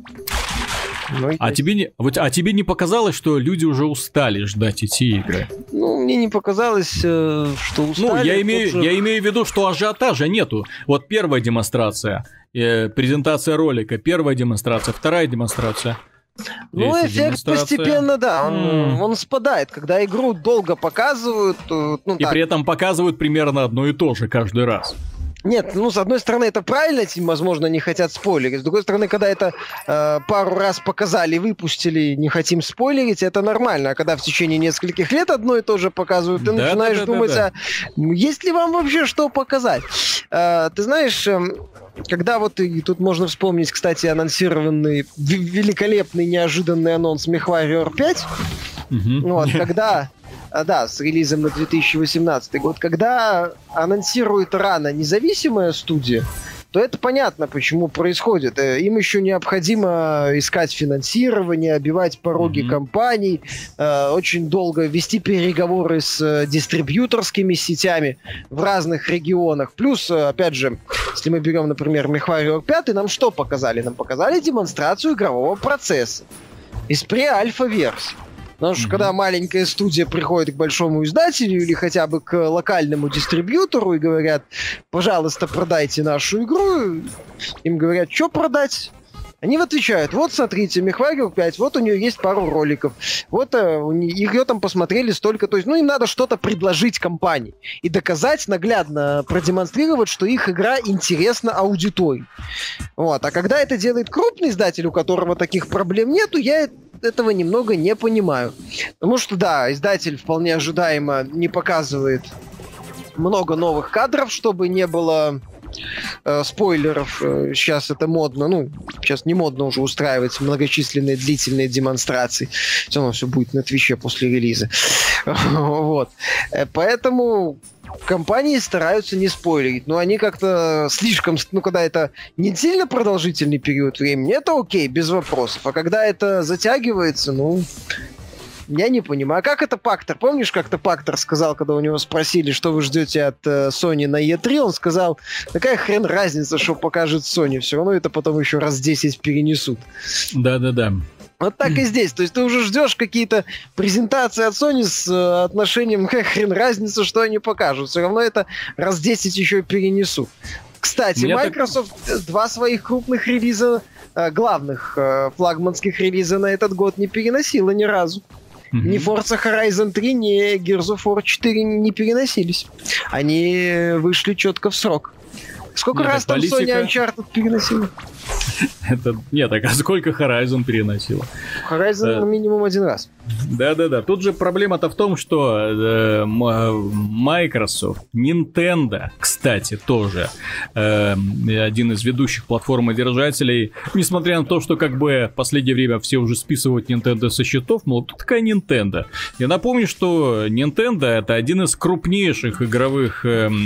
Speaker 1: Ну, а тебе не показалось, что люди уже устали ждать эти игры?
Speaker 2: Ну, мне не показалось, что устали.
Speaker 1: Ну, я имею в виду, что ажиотажа нету. Вот первая демонстрация, презентация ролика, первая демонстрация, вторая демонстрация.
Speaker 2: Ну, эффект постепенно, да, он спадает. Когда игру долго показывают...
Speaker 1: И при этом показывают примерно одно и то же каждый раз.
Speaker 2: Нет, ну, с одной стороны, это правильно, возможно, не хотят спойлерить. С другой стороны, когда это пару раз показали, выпустили, не хотим спойлерить, это нормально. А когда в течение нескольких лет одно и то же показывают, ты начинаешь думать, а есть ли вам вообще что показать? Ты знаешь... Когда вот, и тут можно вспомнить, кстати, анонсированный великолепный неожиданный анонс MechWarrior 5, вот, когда... Да, с релизом на 2018 год. Когда анонсирует рано независимая студия, то это понятно, почему происходит. Им еще необходимо искать финансирование, обивать пороги компаний, очень долго вести переговоры с дистрибьюторскими сетями в разных регионах. Плюс, опять же, если мы берем, например, MechWarrior 5, нам что показали? Нам показали демонстрацию игрового процесса из пре-альфа-версии. Потому что когда маленькая студия приходит к большому издателю или хотя бы к локальному дистрибьютору и говорят, пожалуйста, продайте нашу игру, им говорят, что продать? Они отвечают, вот смотрите, MechWarrior 5, вот у нее есть пару роликов, вот ее там посмотрели столько, то есть, ну, им надо что-то предложить компании и доказать, наглядно продемонстрировать, что их игра интересна аудитории. Вот. А когда это делает крупный издатель, у которого таких проблем нету, я этого немного не понимаю. Потому что, да, издатель вполне ожидаемо не показывает много новых кадров, чтобы не было спойлеров. Сейчас это модно. Ну, сейчас не модно уже устраивать многочисленные длительные демонстрации. Все равно все будет на Твиче после релиза. Вот. Поэтому компании стараются не спойлерить, но они как-то слишком... Ну, когда это не сильно продолжительный период времени, это окей, без вопросов. А когда это затягивается, ну... Я не понимаю. А как это Пактор? Помнишь, как-то Пактор сказал, когда у него спросили, что вы ждете от Sony на E3, он сказал, какая хрен разница, что покажет Sony, все равно это потом еще раз 10 перенесут.
Speaker 1: Да-да-да.
Speaker 2: Вот так и здесь. То есть ты уже ждешь какие-то презентации от Sony с отношением, какая хрен разница, что они покажут. Все равно это раз 10 еще перенесут. Кстати, Microsoft два своих крупных релиза, главных флагманских релиза на этот год не переносила ни разу. Ни Forza Horizon 3, ни Gears of War 4 не переносились. Они вышли четко в срок. Сколько раз там Sony Uncharted переносила?
Speaker 1: Нет, а сколько Horizon переносила?
Speaker 2: Horizon минимум один раз.
Speaker 1: Да-да-да. Тут же проблема-то в том, что Microsoft, Nintendo, кстати, тоже один из ведущих платформодержателей, несмотря на то, что как бы в последнее время все уже списывают Nintendo со счетов, мол, тут такая Nintendo. Я напомню, что Nintendo — это один из крупнейших игровых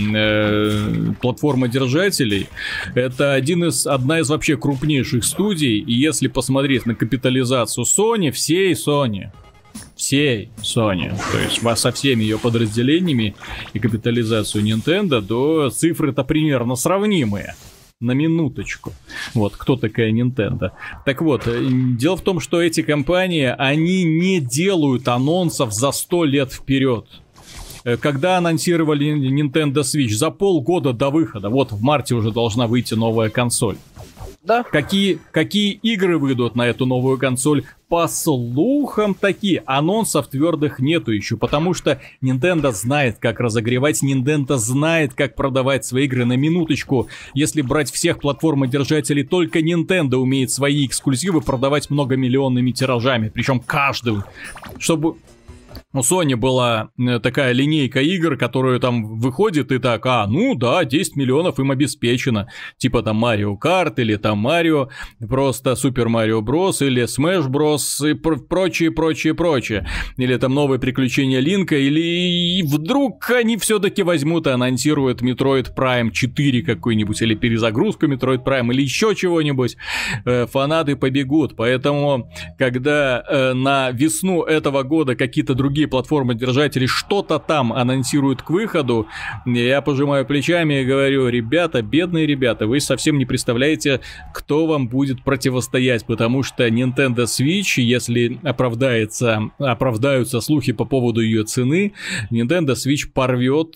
Speaker 1: платформодержателей. Это одна из вообще крупнейших студий, и если посмотреть на капитализацию Sony, всей Sony, всей Sony, то есть со всеми ее подразделениями и капитализацию Nintendo, то цифры-то примерно сравнимые. На минуточку. Вот, кто такая Nintendo? Так вот, дело в том, что эти компании, они не делают анонсов за 100 лет вперед. Когда анонсировали Nintendo Switch? За полгода до выхода. Вот в марте уже должна выйти новая консоль.
Speaker 2: Да.
Speaker 1: Какие игры выйдут на эту новую консоль? По слухам такие. Анонсов твердых нету еще, потому что Nintendo знает, как разогревать, Nintendo знает, как продавать свои игры. На минуточку, если брать всех платформодержателей, только Nintendo умеет свои эксклюзивы продавать многомиллионными тиражами, причем каждым, чтобы... У Sony была такая линейка игр, которая там выходит и так, ну да, 10 миллионов им обеспечено. Типа там Mario Kart или там Mario, просто Super Mario Bros. Или Smash Bros. И прочее. Или там новые приключения Линка, или вдруг они все-таки возьмут и анонсируют Metroid Prime 4 какой-нибудь, или перезагрузку Metroid Prime, или еще чего-нибудь. Фанаты побегут, поэтому, когда на весну этого года какие-то другие платформодержатели что-то там анонсируют к выходу, я пожимаю плечами и говорю: ребята, бедные ребята, вы совсем не представляете, кто вам будет противостоять, потому что Nintendo Switch, если оправдаются слухи по поводу ее цены, Nintendo Switch порвет,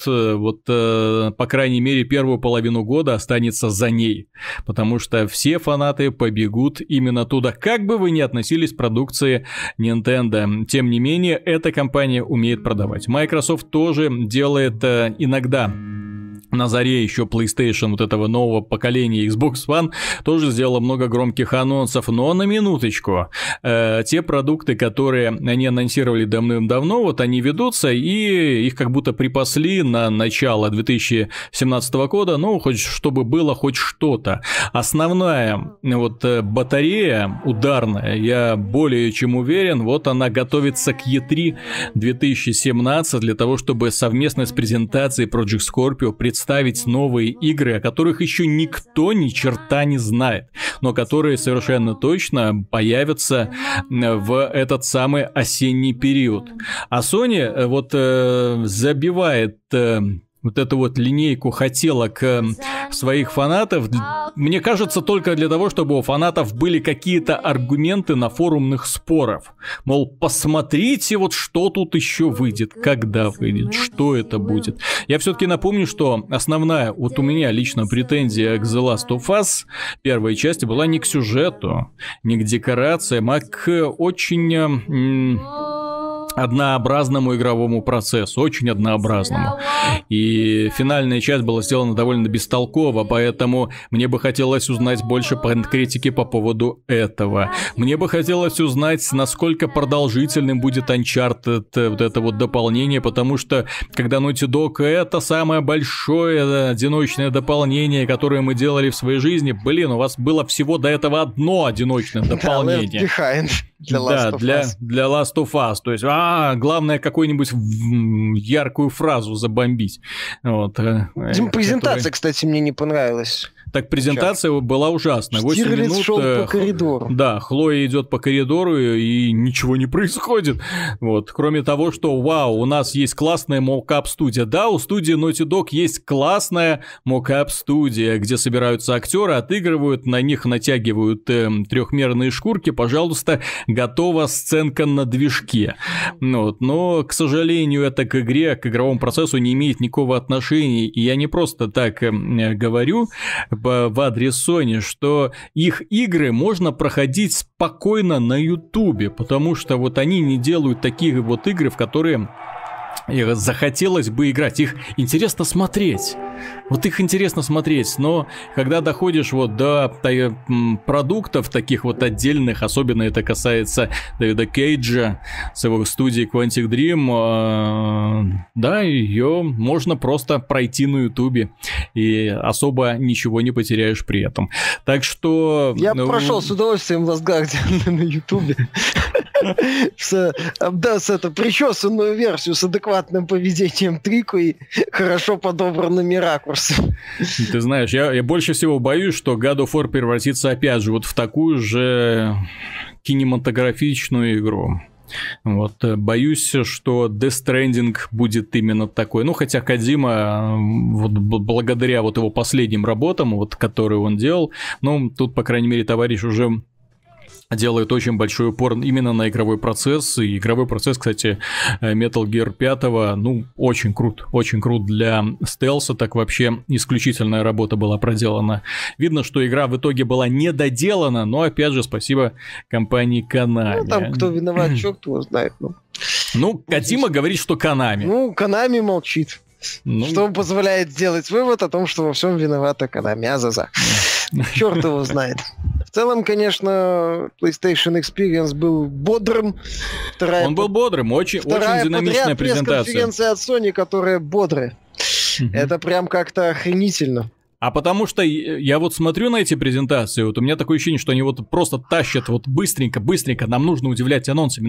Speaker 1: по крайней мере, первую половину года останется за ней, потому что все фанаты побегут именно туда, как бы вы ни относились к продукции Nintendo. Тем не менее, эта компания умеет продавать. Microsoft тоже делает иногда. На заре еще PlayStation, вот этого нового поколения Xbox One, тоже сделала много громких анонсов, но на минуточку. Те продукты, которые они анонсировали давным-давно, вот они ведутся, и их как будто припасли на начало 2017 года, ну, хоть чтобы было хоть что-то. Основная вот батарея ударная, я более чем уверен, вот она готовится к E3 2017 для того, чтобы совместно с презентацией Project Scorpio представить новые игры, о которых еще никто ни черта не знает, но которые совершенно точно появятся в этот самый осенний период. А Sony забивает вот эту вот линейку хотелок своих фанатов, мне кажется, только для того, чтобы у фанатов были какие-то аргументы на форумных споров. Мол, посмотрите, вот что тут еще выйдет, когда выйдет, что это будет. Я все-таки напомню, что основная вот у меня лично претензия к The Last of Us первой части была не к сюжету, не к декорациям, а к очень... однообразному игровому процессу, очень однообразному. И финальная часть была сделана довольно бестолково, поэтому мне бы хотелось узнать больше конкретики по поводу этого. Мне бы хотелось узнать, насколько продолжительным будет Uncharted, вот это вот дополнение, потому что, когда Naughty Dog это самое большое одиночное дополнение, которое мы делали в своей жизни, блин, у вас было всего до этого одно одиночное дополнение. Для Last of Us. То есть, главное какую-нибудь яркую фразу забомбить. Вот,
Speaker 2: презентация, кстати, мне не понравилась.
Speaker 1: Так презентация была ужасная. 8 минут.
Speaker 2: Шел по коридору.
Speaker 1: Да, Хлоя идет по коридору, и ничего не происходит. Вот. Кроме того, что, вау, у нас есть классная мокап-студия. Да, у студии Naughty Dog есть классная мокап-студия, где собираются актеры, отыгрывают, на них натягивают трехмерные шкурки. Пожалуйста, готова сценка на движке. Вот. Но, к сожалению, это к игре, к игровому процессу не имеет никакого отношения. И я не просто так говорю в адрес Sony, что их игры можно проходить спокойно на Ютубе, потому что вот они не делают такие вот игры, в которые захотелось бы играть. Их интересно смотреть. Вот их интересно смотреть, но когда доходишь вот до продуктов таких вот отдельных, особенно это касается Дэвида Кейджа с его студией Quantic Dream, да, ее можно просто пройти на Ютубе и особо ничего не потеряешь при этом. Так что...
Speaker 2: Я прошел с удовольствием Last Guardian на Ютубе. С причесанную версию с адекватным поведением Трико и хорошо подобранными ракурсами.
Speaker 1: Ты знаешь, я больше всего боюсь, что God of War превратится опять же вот в такую же кинематографичную игру. Вот, боюсь, что Death Stranding будет именно такой. Ну, хотя Кодзима, вот благодаря вот его последним работам, вот, которые он делал, ну, тут, по крайней мере, товарищ уже делает очень большой упор именно на игровой процесс. И игровой процесс, кстати, Metal Gear 5, ну, очень крут для стелса, так вообще исключительная работа была проделана. Видно, что игра в итоге была недоделана, но, опять же, спасибо компании Konami.
Speaker 2: Ну, там кто виноват, черт его знает.
Speaker 1: Ну, Кодзима говорит, что Konami.
Speaker 2: Ну, Konami молчит. Ну... Что позволяет сделать вывод о том, что во всем виновата Konami. Азаза. Черт его знает. В целом, конечно, PlayStation Experience был бодрым.
Speaker 1: Он был бодрым, очень динамичная презентация. Вторая
Speaker 2: пресс-конференция от Sony, которая бодрая. Это прям как-то охренительно.
Speaker 1: А потому что я вот смотрю на эти презентации, вот у меня такое ощущение, что они вот просто тащат вот быстренько, нам нужно удивлять анонсами.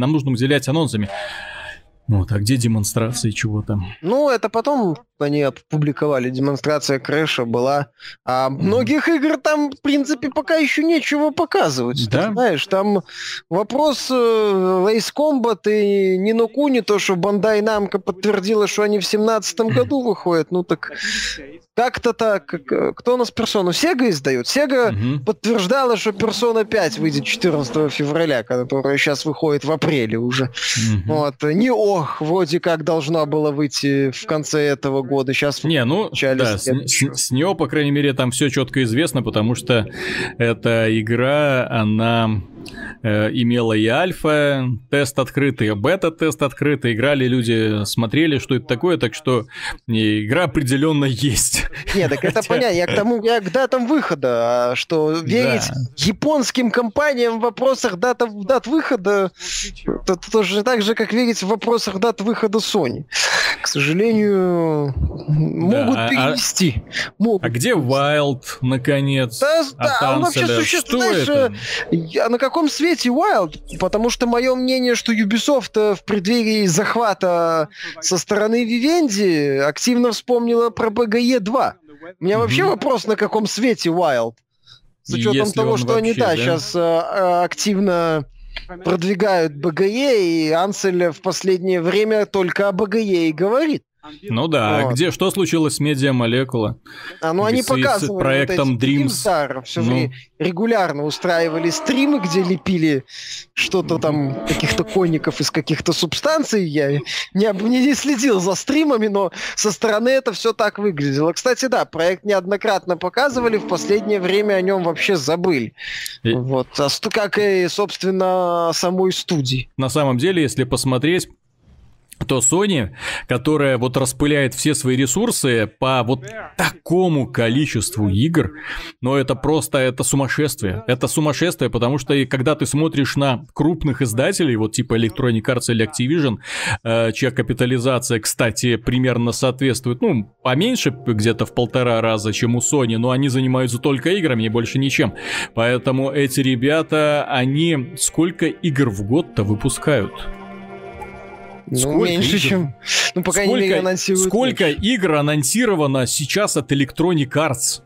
Speaker 1: Вот, а где демонстрации чего-то?
Speaker 2: Ну, это потом они опубликовали. Демонстрация Крэша была. А многих игр там, в принципе, пока еще нечего показывать.
Speaker 1: Да?
Speaker 2: Ты знаешь, там вопрос Ace Combat и Ни но Куни, то, что Bandai Namco подтвердила, что они в 2017 году выходят. Ну, так как-то так. Кто у нас персону? Sega издает. Sega подтверждала, что Persona 5 выйдет 14 февраля, которая сейчас выходит в апреле уже. Вот. Вроде как должна была выйти в конце этого года. Сейчас
Speaker 1: с Neo, по крайней мере, там все четко известно, потому что эта игра, она имела и альфа-тест открытый, и бета-тест открытый. Играли люди, смотрели, что это такое, так что игра определенно есть.
Speaker 2: Нет, так это понятно. Я к датам выхода, что верить японским компаниям в вопросах дат выхода, это тоже так же, как верить в вопросах дат выхода Sony. К сожалению, могут перенести.
Speaker 1: А где Wild, наконец?
Speaker 2: Он вообще существует.
Speaker 1: Что это?
Speaker 2: На каком свете Wild? Потому что мое мнение, что Ubisoft в преддверии захвата со стороны Vivendi активно вспомнила про BGE 2. У меня вообще вопрос, на каком свете Wild? С учетом того, что они сейчас активно продвигают BGE, и Ансель в последнее время только о BGE и говорит.
Speaker 1: Ну да, вот. Что случилось с Media Molecula?
Speaker 2: Они показывали
Speaker 1: с проектом
Speaker 2: вот
Speaker 1: Dreams.
Speaker 2: Все время регулярно устраивали стримы, где лепили что-то там, каких-то конников из каких-то субстанций. Я не следил за стримами, но со стороны это все так выглядело. Кстати, да, проект неоднократно показывали, в последнее время о нем вообще забыли. Вот, как и, собственно, самой студии.
Speaker 1: На самом деле, если посмотреть, то Sony, которая вот распыляет все свои ресурсы по вот такому количеству игр, но это просто, это сумасшествие. Это сумасшествие, потому что когда ты смотришь на крупных издателей, вот типа Electronic Arts или Activision, чья капитализация, кстати, примерно соответствует, ну, поменьше где-то в 1,5 раза, чем у Sony, но они занимаются только играми и больше ничем. Поэтому эти ребята, они сколько игр в год-то выпускают?
Speaker 2: Меньше, чем... Ну, по крайней мере, анонсируют.
Speaker 1: Сколько игр анонсировано сейчас от Electronic Arts?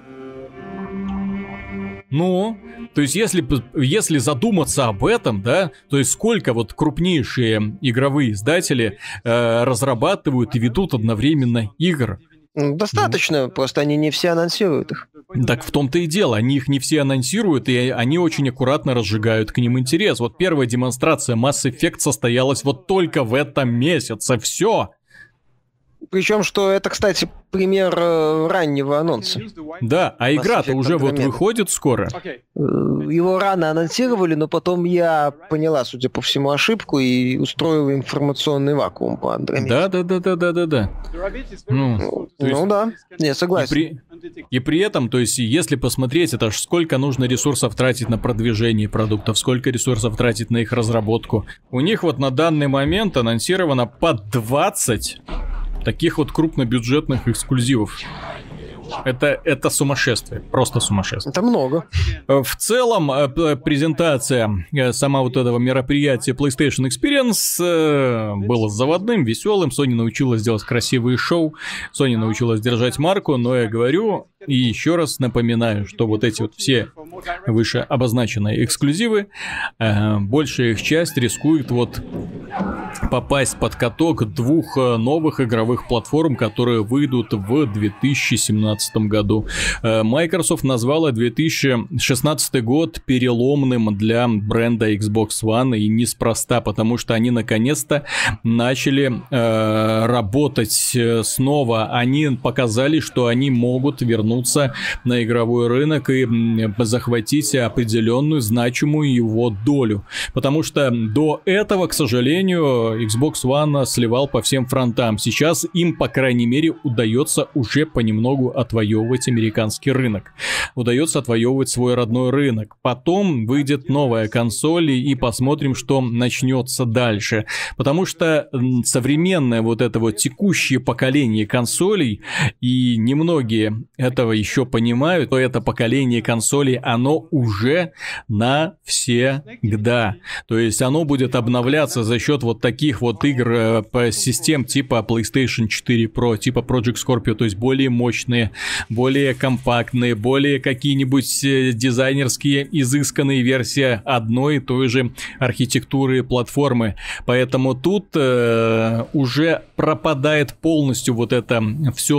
Speaker 1: Ну, то есть, если задуматься об этом, да, то есть, сколько вот крупнейшие игровые издатели разрабатывают и ведут одновременно игр?
Speaker 2: Достаточно, просто они не все анонсируют их.
Speaker 1: Так в том-то и дело, они их не все анонсируют, и они очень аккуратно разжигают к ним интерес. Вот первая демонстрация Mass Effect состоялась вот только в этом месяце, все.
Speaker 2: Причем, что это, кстати, пример раннего анонса.
Speaker 1: Да, а игра-то уже вот выходит скоро.
Speaker 2: Его рано анонсировали, но потом я поняла, судя по всему, ошибку и устроила информационный вакуум по Андромеде.
Speaker 1: Да.
Speaker 2: Ну да, я согласен.
Speaker 1: И при этом, то есть, если посмотреть, это ж сколько нужно ресурсов тратить на продвижение продуктов, сколько ресурсов тратить на их разработку. У них вот на данный момент анонсировано по 20 таких вот крупнобюджетных эксклюзивов. Это сумасшествие, просто сумасшествие.
Speaker 2: Это много.
Speaker 1: В целом, презентация сама вот этого мероприятия PlayStation Experience была заводным, веселым. Sony научилась делать красивые шоу, Sony научилась держать марку, но я говорю, И еще раз напоминаю, что вот эти вот все выше обозначенные эксклюзивы, большая их часть рискует вот попасть под каток двух новых игровых платформ, которые выйдут в 2017 году. Microsoft назвала 2016 год переломным для бренда Xbox One, и неспроста, потому что они наконец-то начали работать снова. Они показали, что они могут вернуться на игровой рынок и захватить определенную значимую его долю. Потому что до этого, к сожалению, Xbox One сливал по всем фронтам. Сейчас им, по крайней мере, удается уже понемногу отвоевывать американский рынок. Удается отвоевывать свой родной рынок. Потом выйдет новая консоль, и посмотрим, что начнется дальше. Потому что современное вот это вот текущее поколение консолей, и немногие этого еще понимают, то это поколение консолей, оно уже навсегда. То есть оно будет обновляться за счет вот таких вот игр по систем типа PlayStation 4 Pro, типа Project Scorpio, то есть более мощные, более компактные, более какие-нибудь дизайнерские изысканные версии одной и той же архитектуры платформы. Поэтому тут уже пропадает полностью вот это все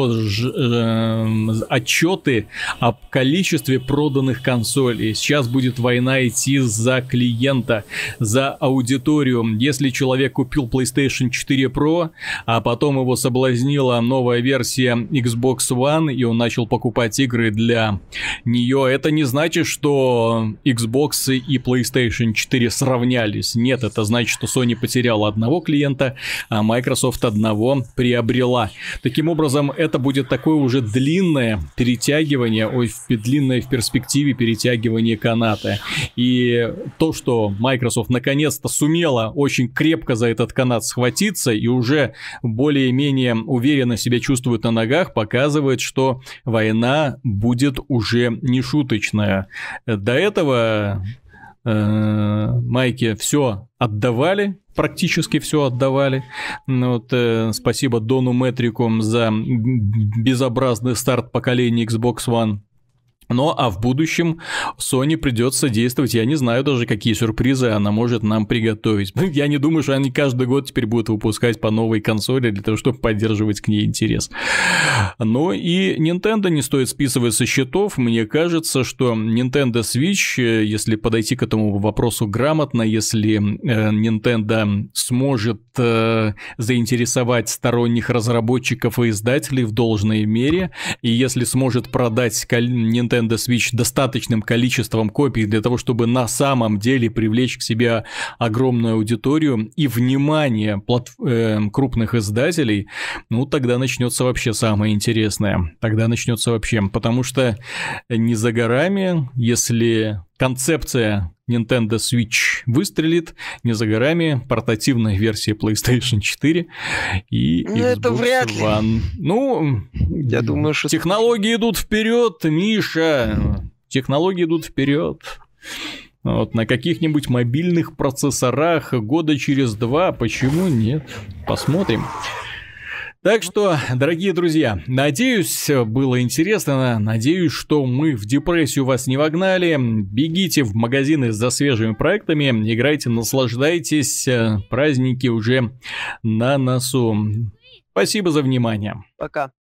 Speaker 1: отчеты о количестве проданных консолей. Сейчас будет война идти за клиента, за аудиторию. Если человек купил PlayStation 4 Pro, а потом его соблазнила новая версия Xbox One, и он начал покупать игры для нее, это не значит, что Xbox и PlayStation 4 сравнялись. Нет, это значит, что Sony потеряла одного клиента, а Microsoft одного приобрела. Таким образом, это будет такое уже длинное перетягивание, длинное в перспективе перетягивание каната. И то, что Microsoft наконец-то сумела очень крепко за этот канат схватиться и уже более-менее уверенно себя чувствует на ногах, показывает, что война будет уже не шуточная. До этого Майки все отдавали, практически все отдавали. Вот, спасибо Дону Метрику за безобразный старт поколения Xbox One. Ну, а в будущем Sony придется действовать. Я не знаю даже, какие сюрпризы она может нам приготовить. Я не думаю, что они каждый год теперь будут выпускать по новой консоли для того, чтобы поддерживать к ней интерес. Но и Nintendo не стоит списывать со счетов. Мне кажется, что Nintendo Switch, если подойти к этому вопросу грамотно, если Nintendo сможет заинтересовать сторонних разработчиков и издателей в должной мере, и если сможет продать Nintendo Switch достаточным количеством копий для того, чтобы на самом деле привлечь к себе огромную аудиторию и внимание крупных издателей, ну, тогда начнется вообще самое интересное. Тогда начнется вообще, потому что не за горами, если концепция Nintendo Switch выстрелит, не за горами портативная версия PlayStation 4 и Xbox
Speaker 2: это вряд ли.
Speaker 1: One. Ну,
Speaker 2: я думаю, что
Speaker 1: технологии идут вперед, Миша. Технологии идут вперед. Вот, на каких-нибудь мобильных процессорах года через 2, почему нет? Посмотрим. Так что, дорогие друзья, надеюсь, было интересно, надеюсь, что мы в депрессию вас не вогнали. Бегите в магазины за свежими проектами, играйте, наслаждайтесь, праздники уже на носу. Спасибо за внимание.
Speaker 2: Пока.